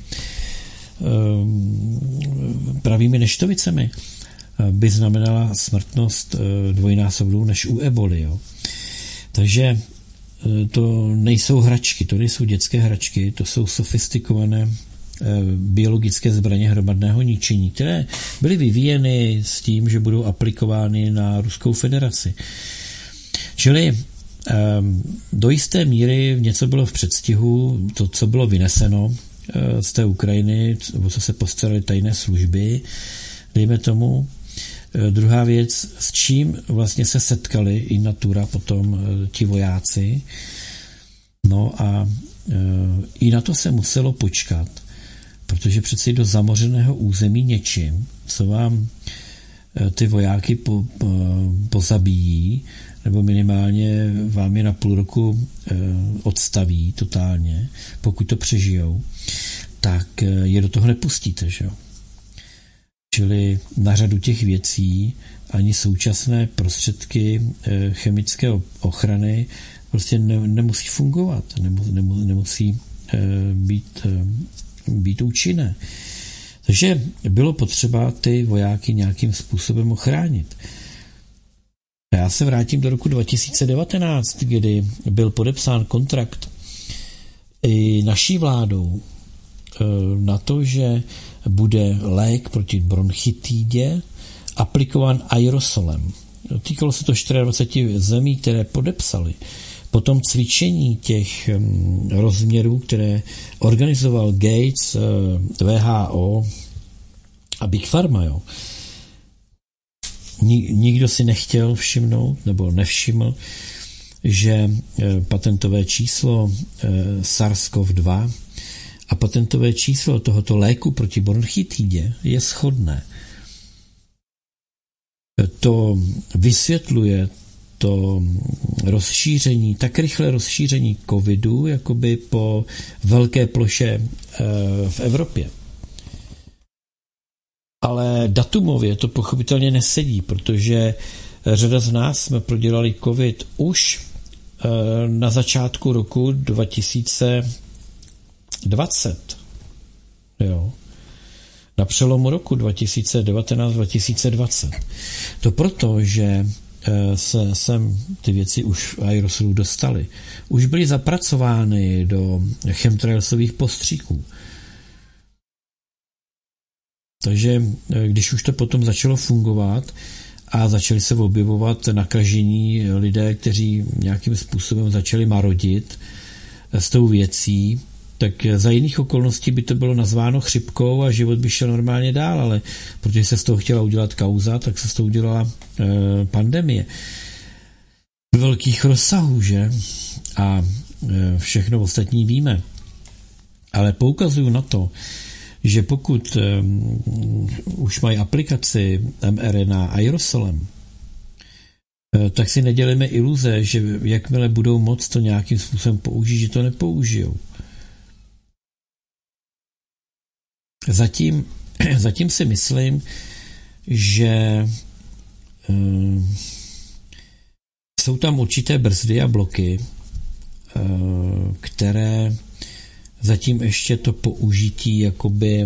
pravými neštovicemi by znamenala smrtnost dvojnásobnou než u eboli. Jo. Takže to nejsou hračky, to nejsou dětské hračky, to jsou sofistikované biologické zbraně hromadného ničení, které byly vyvíjeny s tím, že budou aplikovány na Ruskou federaci. Čili do jisté míry něco bylo v předstihu, to, co bylo vyneseno z té Ukrajiny, o co se postaraly tajné služby, dejme tomu. Druhá věc, s čím vlastně se setkali i natura potom ti vojáci. No a i na to se muselo počkat, protože přeci do zamořeného území něčím, co vám ty vojáky pozabíjí, nebo minimálně vám je na půl roku odstaví totálně, pokud to přežijou, tak je do toho nepustíte, že jo. Čili na řadu těch věcí ani současné prostředky chemické ochrany prostě nemusí fungovat, nemusí být účinné. Takže bylo potřeba ty vojáky nějakým způsobem ochránit. A já se vrátím do roku 2019, kdy byl podepsán kontrakt i naší vládou na to, že bude lék proti bronchitidě aplikován aerosolem. Týkalo se to 24 zemí, které podepsali. Potom cvičení těch rozměrů, které organizoval Gates, WHO a Big Pharma, jo. Nikdo si nechtěl všimnout, nebo nevšiml, že patentové číslo SARS-CoV-2 a patentové číslo tohoto léku proti bronchitidě je shodné. To vysvětluje to rozšíření, tak rychlé rozšíření covidu, jakoby po velké ploše v Evropě. Ale datumově to pochopitelně nesedí, protože řada z nás jsme prodělali covid už na začátku roku 2020. Jo. Na přelomu roku 2019-2020. To proto, že se sem ty věci už v aerosolu dostaly. Už byly zapracovány do chemtrailsových postříků. Takže když už to potom začalo fungovat a začaly se objevovat nakažení lidé, kteří nějakým způsobem začali marodit s tou věcí, tak za jiných okolností by to bylo nazváno chřipkou a život by šel normálně dál, ale protože se z toho chtěla udělat kauza, tak se z toho udělala pandemie. Velkých rozsahů, že? A všechno ostatní víme. Ale poukazuju na to, že pokud už mají aplikaci mRNA aerosolem, tak si nedělíme iluze, že jakmile budou moct to nějakým způsobem použít, že to nepoužijou. Zatím si myslím, že jsou tam určité brzdy a bloky, které zatím ještě to použití jakoby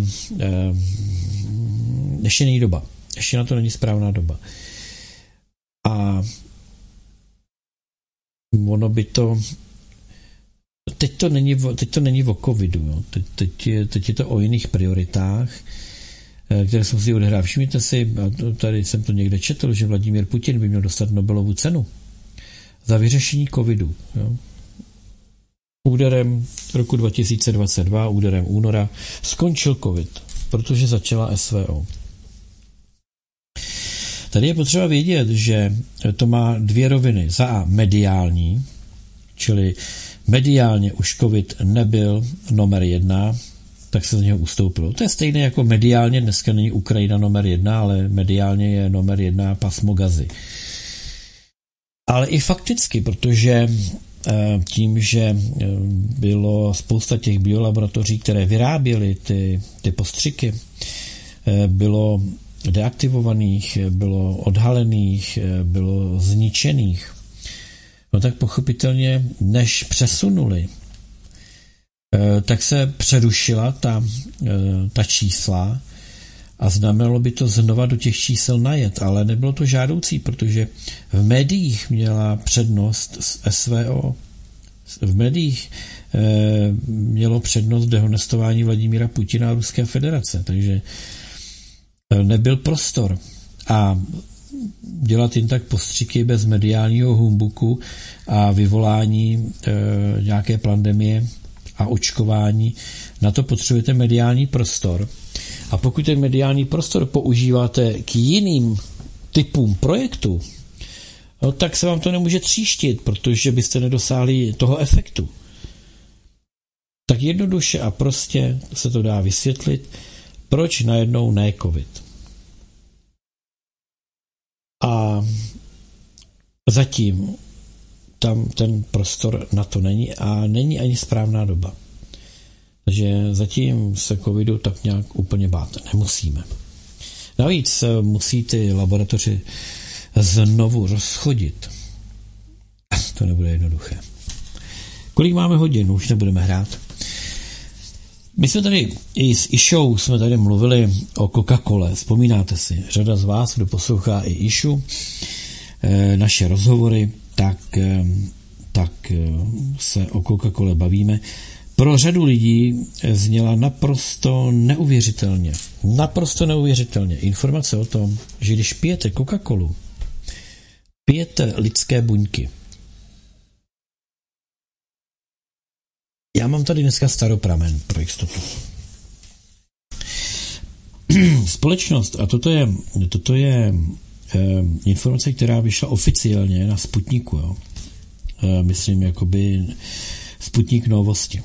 ještě není doba. Ještě na to není správná doba. A ono by to teď to není o covidu. Jo. Teď je to o jiných prioritách, které jsou si odehrát. Všimněte si, tady jsem to někde četl, že Vladimír Putin by měl dostat Nobelovu cenu za vyřešení covidu. Jo. Úderem roku 2022, úderem února, skončil covid, protože začala SVO. Tady je potřeba vědět, že to má dvě roviny. Za A mediální, čili mediálně už covid nebyl номер 1, tak se z něho ustoupilo. To je stejné jako mediálně, dneska není Ukrajina номер 1, ale mediálně je номер 1 pasmo Gazy. Ale i fakticky, protože tím, že bylo spousta těch biolaboratoří, které vyráběly ty postřiky, bylo deaktivovaných, bylo odhalených, bylo zničených, no tak pochopitelně, než přesunuli, tak se přerušila ta čísla a znamenalo by to znova do těch čísel najet, ale nebylo to žádoucí, protože v médiích měla přednost SVO. V médiích mělo přednost dehonestování Vladimíra Putina a Ruské federace, takže nebyl prostor. A dělat jen tak postřiky bez mediálního humbuku a vyvolání nějaké pandemie a očkování, na to potřebujete mediální prostor. A pokud ten mediální prostor používáte k jiným typům projektu, no, tak se vám to nemůže tříštit, protože byste nedosáhli toho efektu. Tak jednoduše a prostě se to dá vysvětlit, proč najednou ne covid. A zatím tam ten prostor na to není a není ani správná doba. Takže zatím se covidu tak nějak úplně bát nemusíme. Navíc musí ty laboratoře znovu rozchodit. To nebude jednoduché. Kolik máme hodin? Už nebudeme hrát. My jsme tady i s Išou jsme tady mluvili o Coca-Cole. Vzpomínáte si, řada z vás, kdo poslouchá i Išu, naše rozhovory, tak se o Coca-Cole bavíme. Pro řadu lidí zněla naprosto neuvěřitelně. Naprosto neuvěřitelně. Informace o tom, že když pijete Coca-Colu, pijete lidské buňky. Já mám tady dneska staropramen pro jistotu. Společnost, a toto je informace, která vyšla oficiálně na Sputniku. Jo. Myslím, jakoby Sputnik Novosti.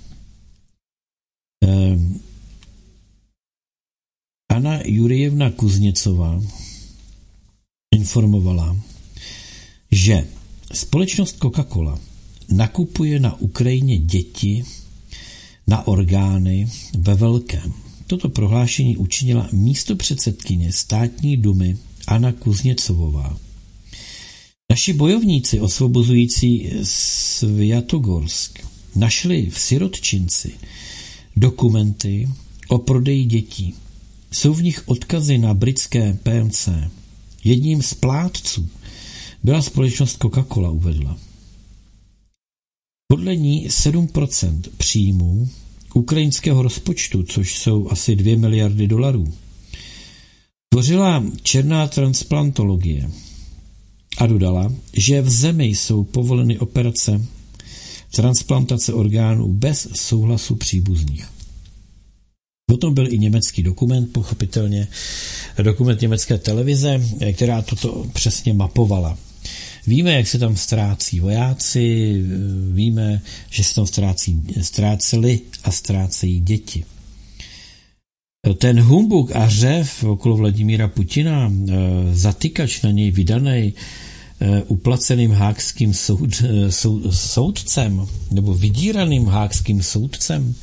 Anna Jurijevna Kuzněcová informovala, že společnost Coca-Cola nakupuje na Ukrajině děti na orgány ve velkém. Toto prohlášení učinila místopředsedkyně státní dumy Anna Kuzněcová. Naši bojovníci osvobozující Sviatogorsk našli v sirotčinci dokumenty o prodeji dětí. Jsou v nich odkazy na britské PMC. Jedním z plátců byla společnost Coca-Cola, uvedla. Podle ní 7% příjmů ukrajinského rozpočtu, což jsou asi 2 miliardy dolarů, tvořila černá transplantologie a dodala, že v zemi jsou povoleny operace transplantace orgánů bez souhlasu příbuzných. Potom byl i německý dokument, pochopitelně dokument německé televize, která toto přesně mapovala. Víme, jak se tam ztrácí vojáci, víme, že se tam ztráceli a ztrácejí děti. Ten humbuk a řev okolo Vladimíra Putina, zatykač na něj vydaný uplaceným hákským soudcem, nebo vydíraným hákským soudcem,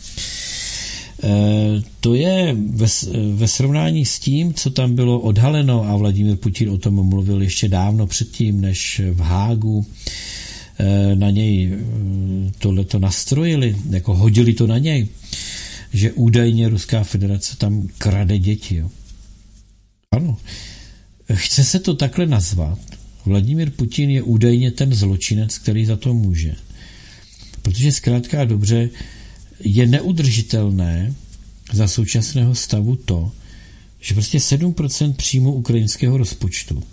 to je ve srovnání s tím, co tam bylo odhaleno, a Vladimír Putin o tom mluvil ještě dávno předtím, než v Hágu na něj tohleto nastrojili, jako hodili to na něj, že údajně Ruská federace tam krade děti. Jo. Ano. Chce se to takhle nazvat. Vladimír Putin je údajně ten zločinec, který za to může. Protože zkrátka a dobře je neudržitelné za současného stavu to, že prostě 7% příjmu ukrajinského rozpočtu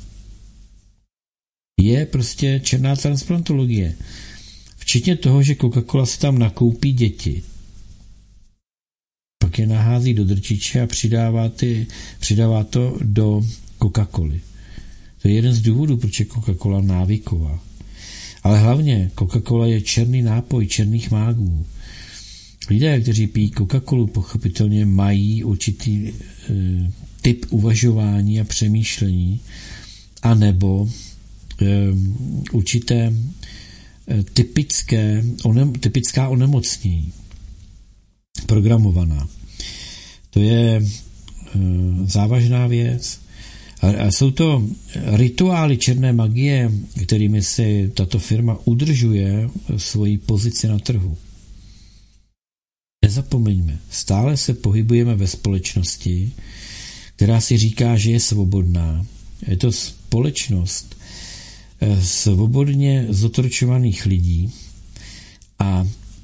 je prostě černá transplantologie. Včetně toho, že Coca-Cola si tam nakoupí děti, pak je nahází do drtiče a přidává to do Coca-Coly. To je jeden z důvodů, proč je Coca-Cola návyková. Ale hlavně Coca-Cola je černý nápoj černých mágů. Lidé, kteří pijí Coca-Colu, pochopitelně mají určitý typ uvažování a přemýšlení, anebo určité typická onemocnění, programovaná. To je závažná věc. A jsou to rituály černé magie, kterými si tato firma udržuje svoji pozici na trhu. Nezapomeňme, stále se pohybujeme ve společnosti, která si říká, že je svobodná. Je to společnost svobodně zotročovaných lidí a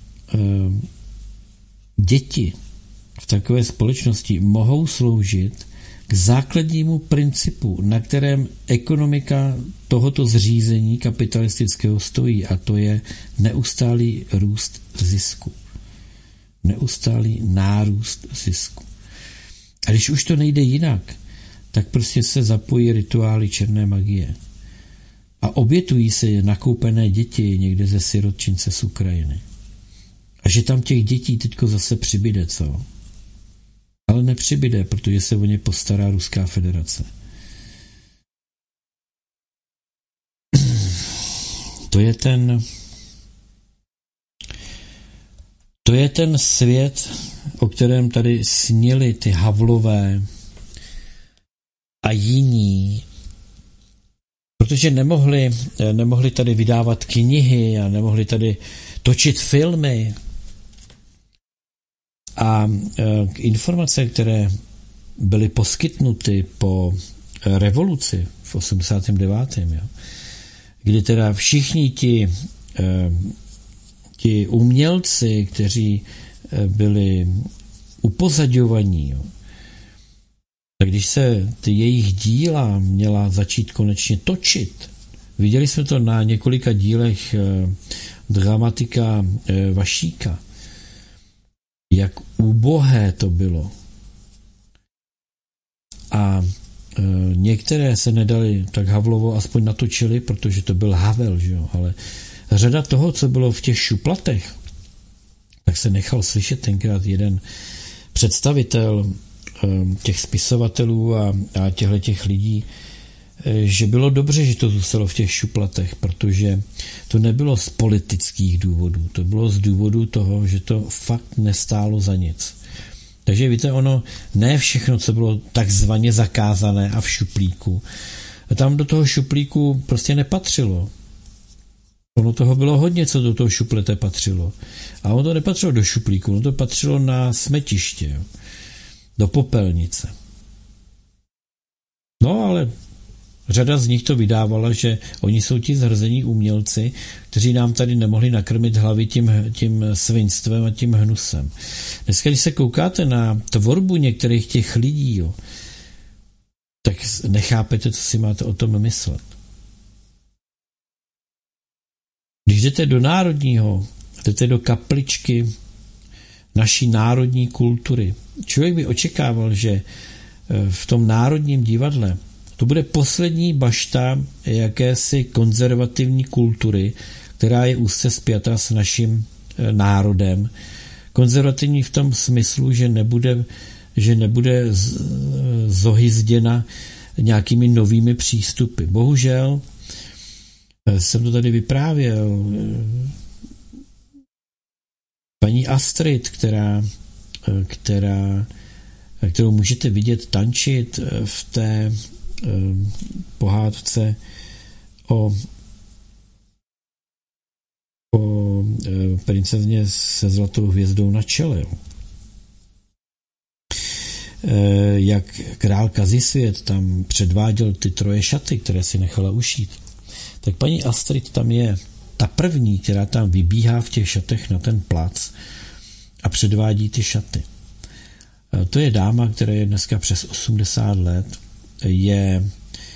děti v takové společnosti mohou sloužit k základnímu principu, na kterém ekonomika tohoto zřízení kapitalistického stojí, a to je neustálý růst zisku. Neustálý nárůst zisku. A když už to nejde jinak, tak prostě se zapojí rituály černé magie. A obětují se nakoupené děti někde ze sirotčince z Ukrajiny. A že tam těch dětí teďko zase přibyde, co? Ale nepřibyde, protože se o ně postará Ruská federace. To je ten svět, o kterém tady snili ty Havlové a jiní, protože nemohli tady vydávat knihy a nemohli tady točit filmy. A informace, které byly poskytnuty po revoluci v 89. Jo, kdy teda všichni ti umělci, kteří byli upozaďovaní, jo, tak když se ty jejich díla měla začít konečně točit, viděli jsme to na několika dílech dramatika Vašíka, jak ubohé to bylo. A některé se nedali tak Havlovo aspoň natočili, protože to byl Havel, že jo? Ale řada toho, co bylo v těch šuplatech, tak se nechal slyšet tenkrát jeden představitel těch spisovatelů a těch lidí, že bylo dobře, že to zůstalo v těch šuplatech, protože to nebylo z politických důvodů, to bylo z důvodu toho, že to fakt nestálo za nic. Takže víte, ono ne všechno, co bylo takzvaně zakázané a v šuplíku, tam do toho šuplíku prostě nepatřilo. Ono toho bylo hodně, co do toho šuplete patřilo. A ono to nepatřilo do šuplíku, ono to patřilo na smetiště, jo. Do popelnice. No ale řada z nich to vydávala, že oni jsou ti zhrzení umělci, kteří nám tady nemohli nakrmit hlavy tím svinstvem a tím hnusem. Dneska, když se koukáte na tvorbu některých těch lidí, jo, tak nechápete, co si máte o tom myslet. Když jdete do národního, jdete do kapličky naší národní kultury, člověk by očekával, že v tom Národním divadle to bude poslední bašta jakési konzervativní kultury, která je úzce spjata s naším národem. Konzervativní v tom smyslu, že nebude zohyzděna nějakými novými přístupy. Bohužel jsem to tady vyprávěl. Paní Astrid, kterou můžete vidět tančit v té pohádce o princezně se zlatou hvězdou na čele. Jak král Kazisvět tam předváděl ty 3 šaty, které si nechala ušít, tak paní Astrid tam je ta první, která tam vybíhá v těch šatech na ten plac a předvádí ty šaty. To je dáma, která je dneska přes 80 let, je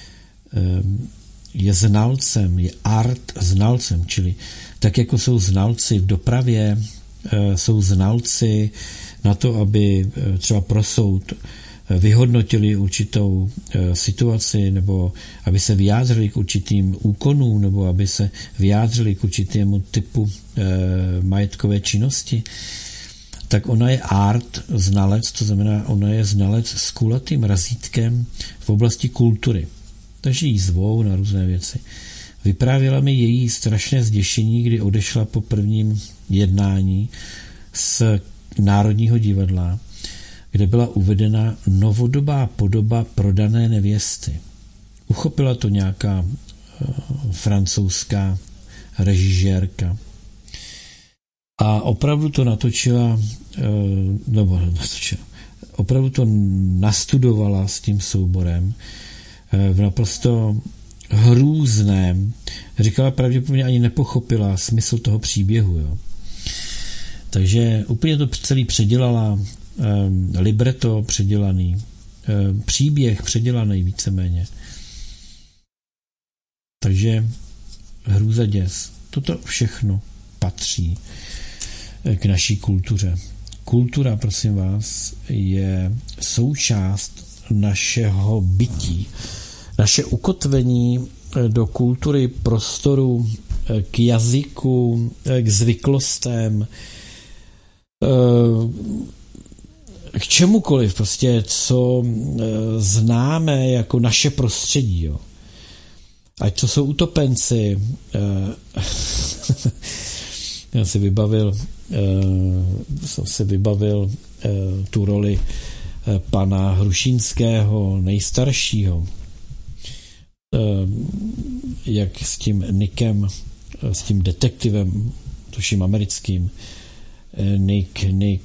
znalcem, je art znalcem, čili tak jako jsou znalci v dopravě, jsou znalci na to, aby třeba pro soud vyhodnotili určitou situaci, nebo aby se vyjádřili k určitým úkonům, nebo aby se vyjádřili k určitému typu majetkové činnosti, tak ona je art znalec, to znamená, ona je znalec s kulatým razítkem v oblasti kultury. Takže jí zvou na různé věci. Vyprávěla mi její strašné zděšení, kdy odešla po prvním jednání z Národního divadla, kde byla uvedena novodobá podoba prodané nevěsty. Uchopila to nějaká francouzská režisérka a opravdu to opravdu to nastudovala s tím souborem v naprosto hrůzném. Říkala, pravděpodobně ani nepochopila smysl toho příběhu. Jo. Takže úplně to celý předělala, libreto předělaný, příběh předělaný víceméně. Takže hrůza, děs. Toto všechno patří k naší kultuře. Kultura, prosím vás, je součást našeho bytí. Naše ukotvení do kultury, prostoru, k jazyku, k zvyklostem, k čemukoliv, prostě, co známe jako naše prostředí. Jo. Ať to jsou utopenci. Já jsem si vybavil tu roli pana Hrušínského, nejstaršího, jak s tím Nickem, s tím detektivem, tuším americkým, Nick,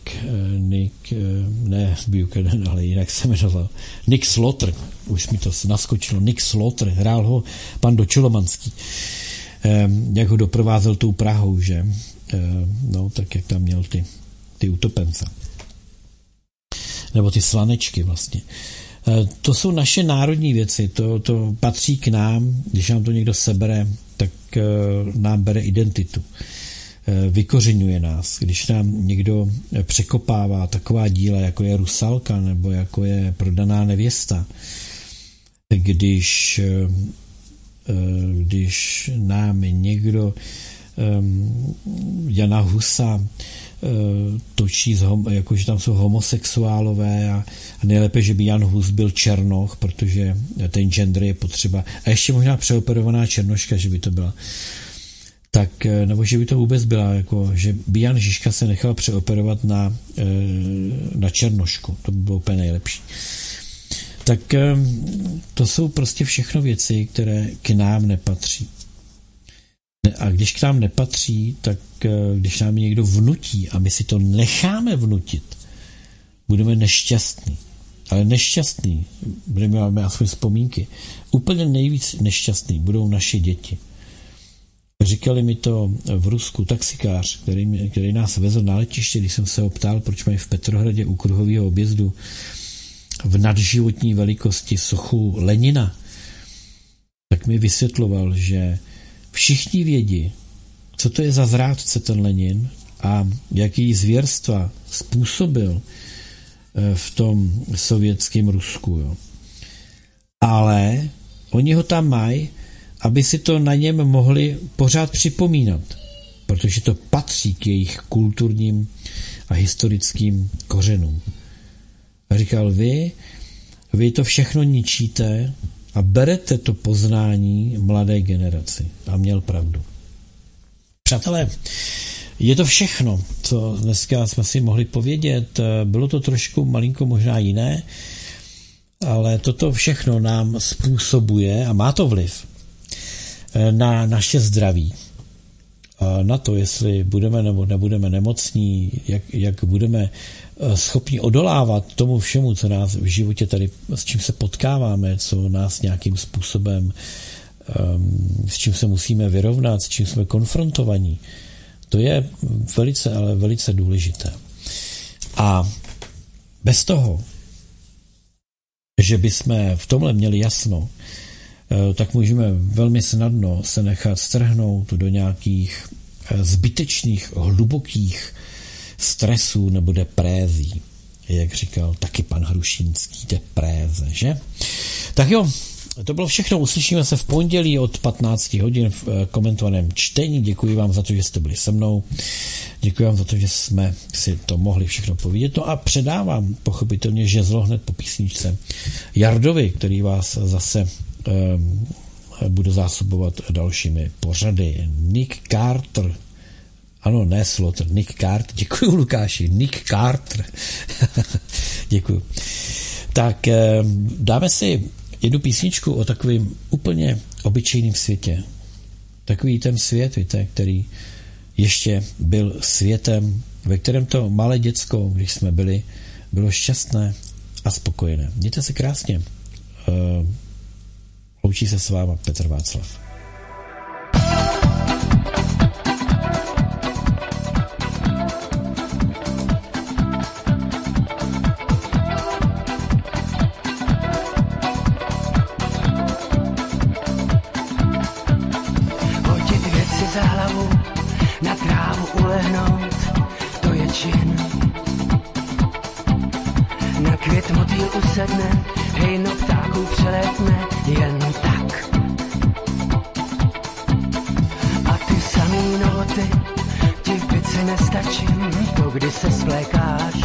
ne Buchanan, ale jinak se jmenoval. Nick Slaughter, už mi to naskočilo, Nick Slaughter, hrál ho pan Dočolomanský, jak ho doprovázel tou Prahou, že? No, tak jak tam měl ty utopence. Nebo ty slanečky vlastně. To jsou naše národní věci, to patří k nám, když nám to někdo sebere, tak nám bere identitu. Vykořeňuje nás. Když nám někdo překopává taková díla, jako je Rusalka nebo jako je Prodaná nevěsta, když nám někdo Jana Husa točí, jakože tam jsou homosexuálové a nejlépe, že by Jan Hus byl černoch, protože ten gender je potřeba. A ještě možná přeoperovaná černoška, že by to byla. Tak, nebo že by to vůbec byla, jako, že by Jan Žižka se nechal přeoperovat na černošku. To by bylo úplně nejlepší. Tak to jsou prostě všechno věci, které k nám nepatří. A když k nám nepatří, tak když nám někdo vnutí a my si to necháme vnutit, budeme nešťastní. Ale nešťastní, budeme mít aspoň vzpomínky, úplně nejvíc nešťastní budou naše děti. Říkali mi to v Rusku taxikář, který nás vezl na letiště, když jsem se ho ptal, proč mají v Petrohradě u kruhového objezdu v nadživotní velikosti sochu Lenina, tak mi vysvětloval, že všichni vědí, co to je za zrádce ten Lenin a jaký zvěrstva způsobil v tom sovětském Rusku. Jo. Ale oni ho tam mají, aby si to na něm mohli pořád připomínat, protože to patří k jejich kulturním a historickým kořenům. A říkal, vy to všechno ničíte a berete to poznání mladé generaci. A měl pravdu. Přátelé, je to všechno, co dneska jsme si mohli povědět. Bylo to trošku malinko možná jiné, ale toto všechno nám způsobuje a má to vliv na naše zdraví. Na to, jestli budeme nebo nebudeme nemocní, jak budeme schopni odolávat tomu všemu, co nás v životě tady, s čím se potkáváme, co nás nějakým způsobem, s čím se musíme vyrovnat, s čím jsme konfrontovaní. To je velice, ale velice důležité. A bez toho, že bychom v tomhle měli jasno, tak můžeme velmi snadno se nechat strhnout do nějakých zbytečných, hlubokých stresů nebo deprézí. Jak říkal taky pan Hrušínský, depréze, že? Tak jo, to bylo všechno. Uslyšíme se v pondělí od 15 hodin v komentovaném čtení. Děkuji vám za to, že jste byli se mnou. Děkuji vám za to, že jsme si to mohli všechno povědět. No a předávám pochopitelně žezlo hned po písničce Jardovi, který vás zase bude zásobovat dalšími pořady. Nick Carter. Ano, ne Slaughter, Nick Carter. Děkuji, Lukáši. Nick Carter. Děkuji. Tak dáme si jednu písničku o takovým úplně obyčejným světě. Takový ten svět, víte, který ještě byl světem, ve kterém to malé děcko, když jsme byli, bylo šťastné a spokojené. Mějte se krásně. Loučí se s váma Petr Václav. Hodit věci za hlavu, na trávu ulehnout, to je čin. Na květ motýl usedne, hejno ptáků přelétne, jen tak. A ty samý noty, ti v pici nestačím, to kdy se svlékáš.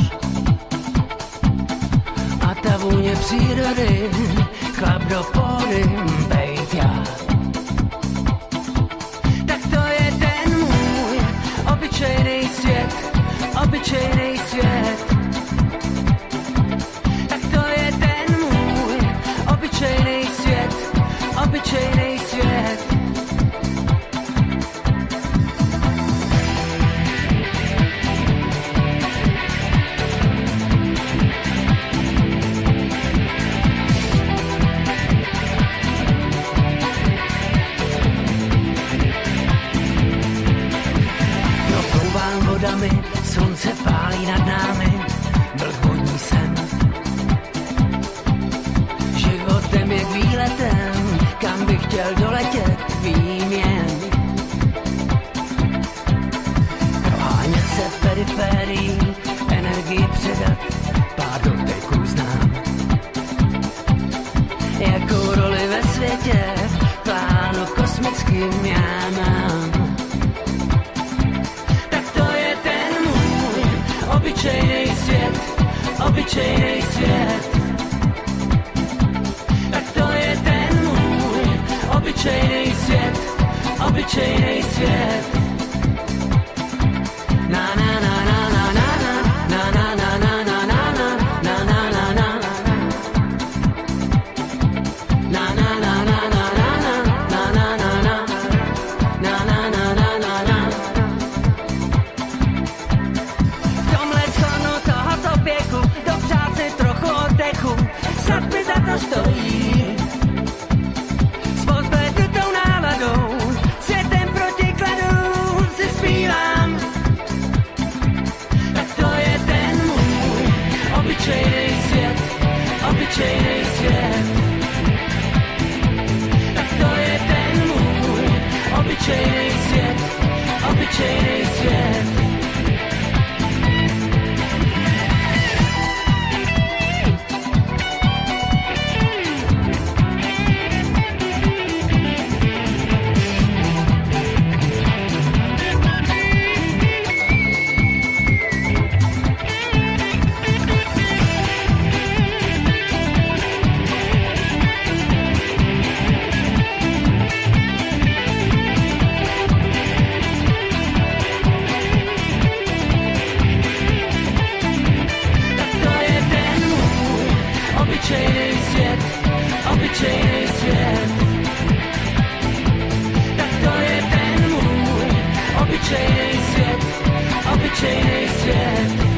A ta vůně přírody, chlap do pódy, bejt já. Tak to je ten můj obyčejný svět, obyčejný svět. Obyčejný svět. chtěl doletět výměn. Prohánět se periférií, energii předat, pár doteků znám. Jakou roli ve světě, plánu kosmickým já mám. Tak to je ten můj obyčejnej svět, obyčejnej svět. Tak to je ten můj obyčejnej svět, obyčejnej svět. Na na na na na na na na na na na na na na na na. Na na na na na na na na na na. Na na na na na na. V tomhle skonu tohoto věku dopřát si trochu oddechu, snad mi za to stojí. S pozbledutou náladou, světem protikladů si zpívám. Tak to je ten můj obyčejnej svět, obyčejnej svět. Tak to je ten můj obyčejnej svět, obyčejnej svět. Obyčejnej svět, obyčejnej svět. Tak to je ten můj obyčejnej svět, obyčejnej svět.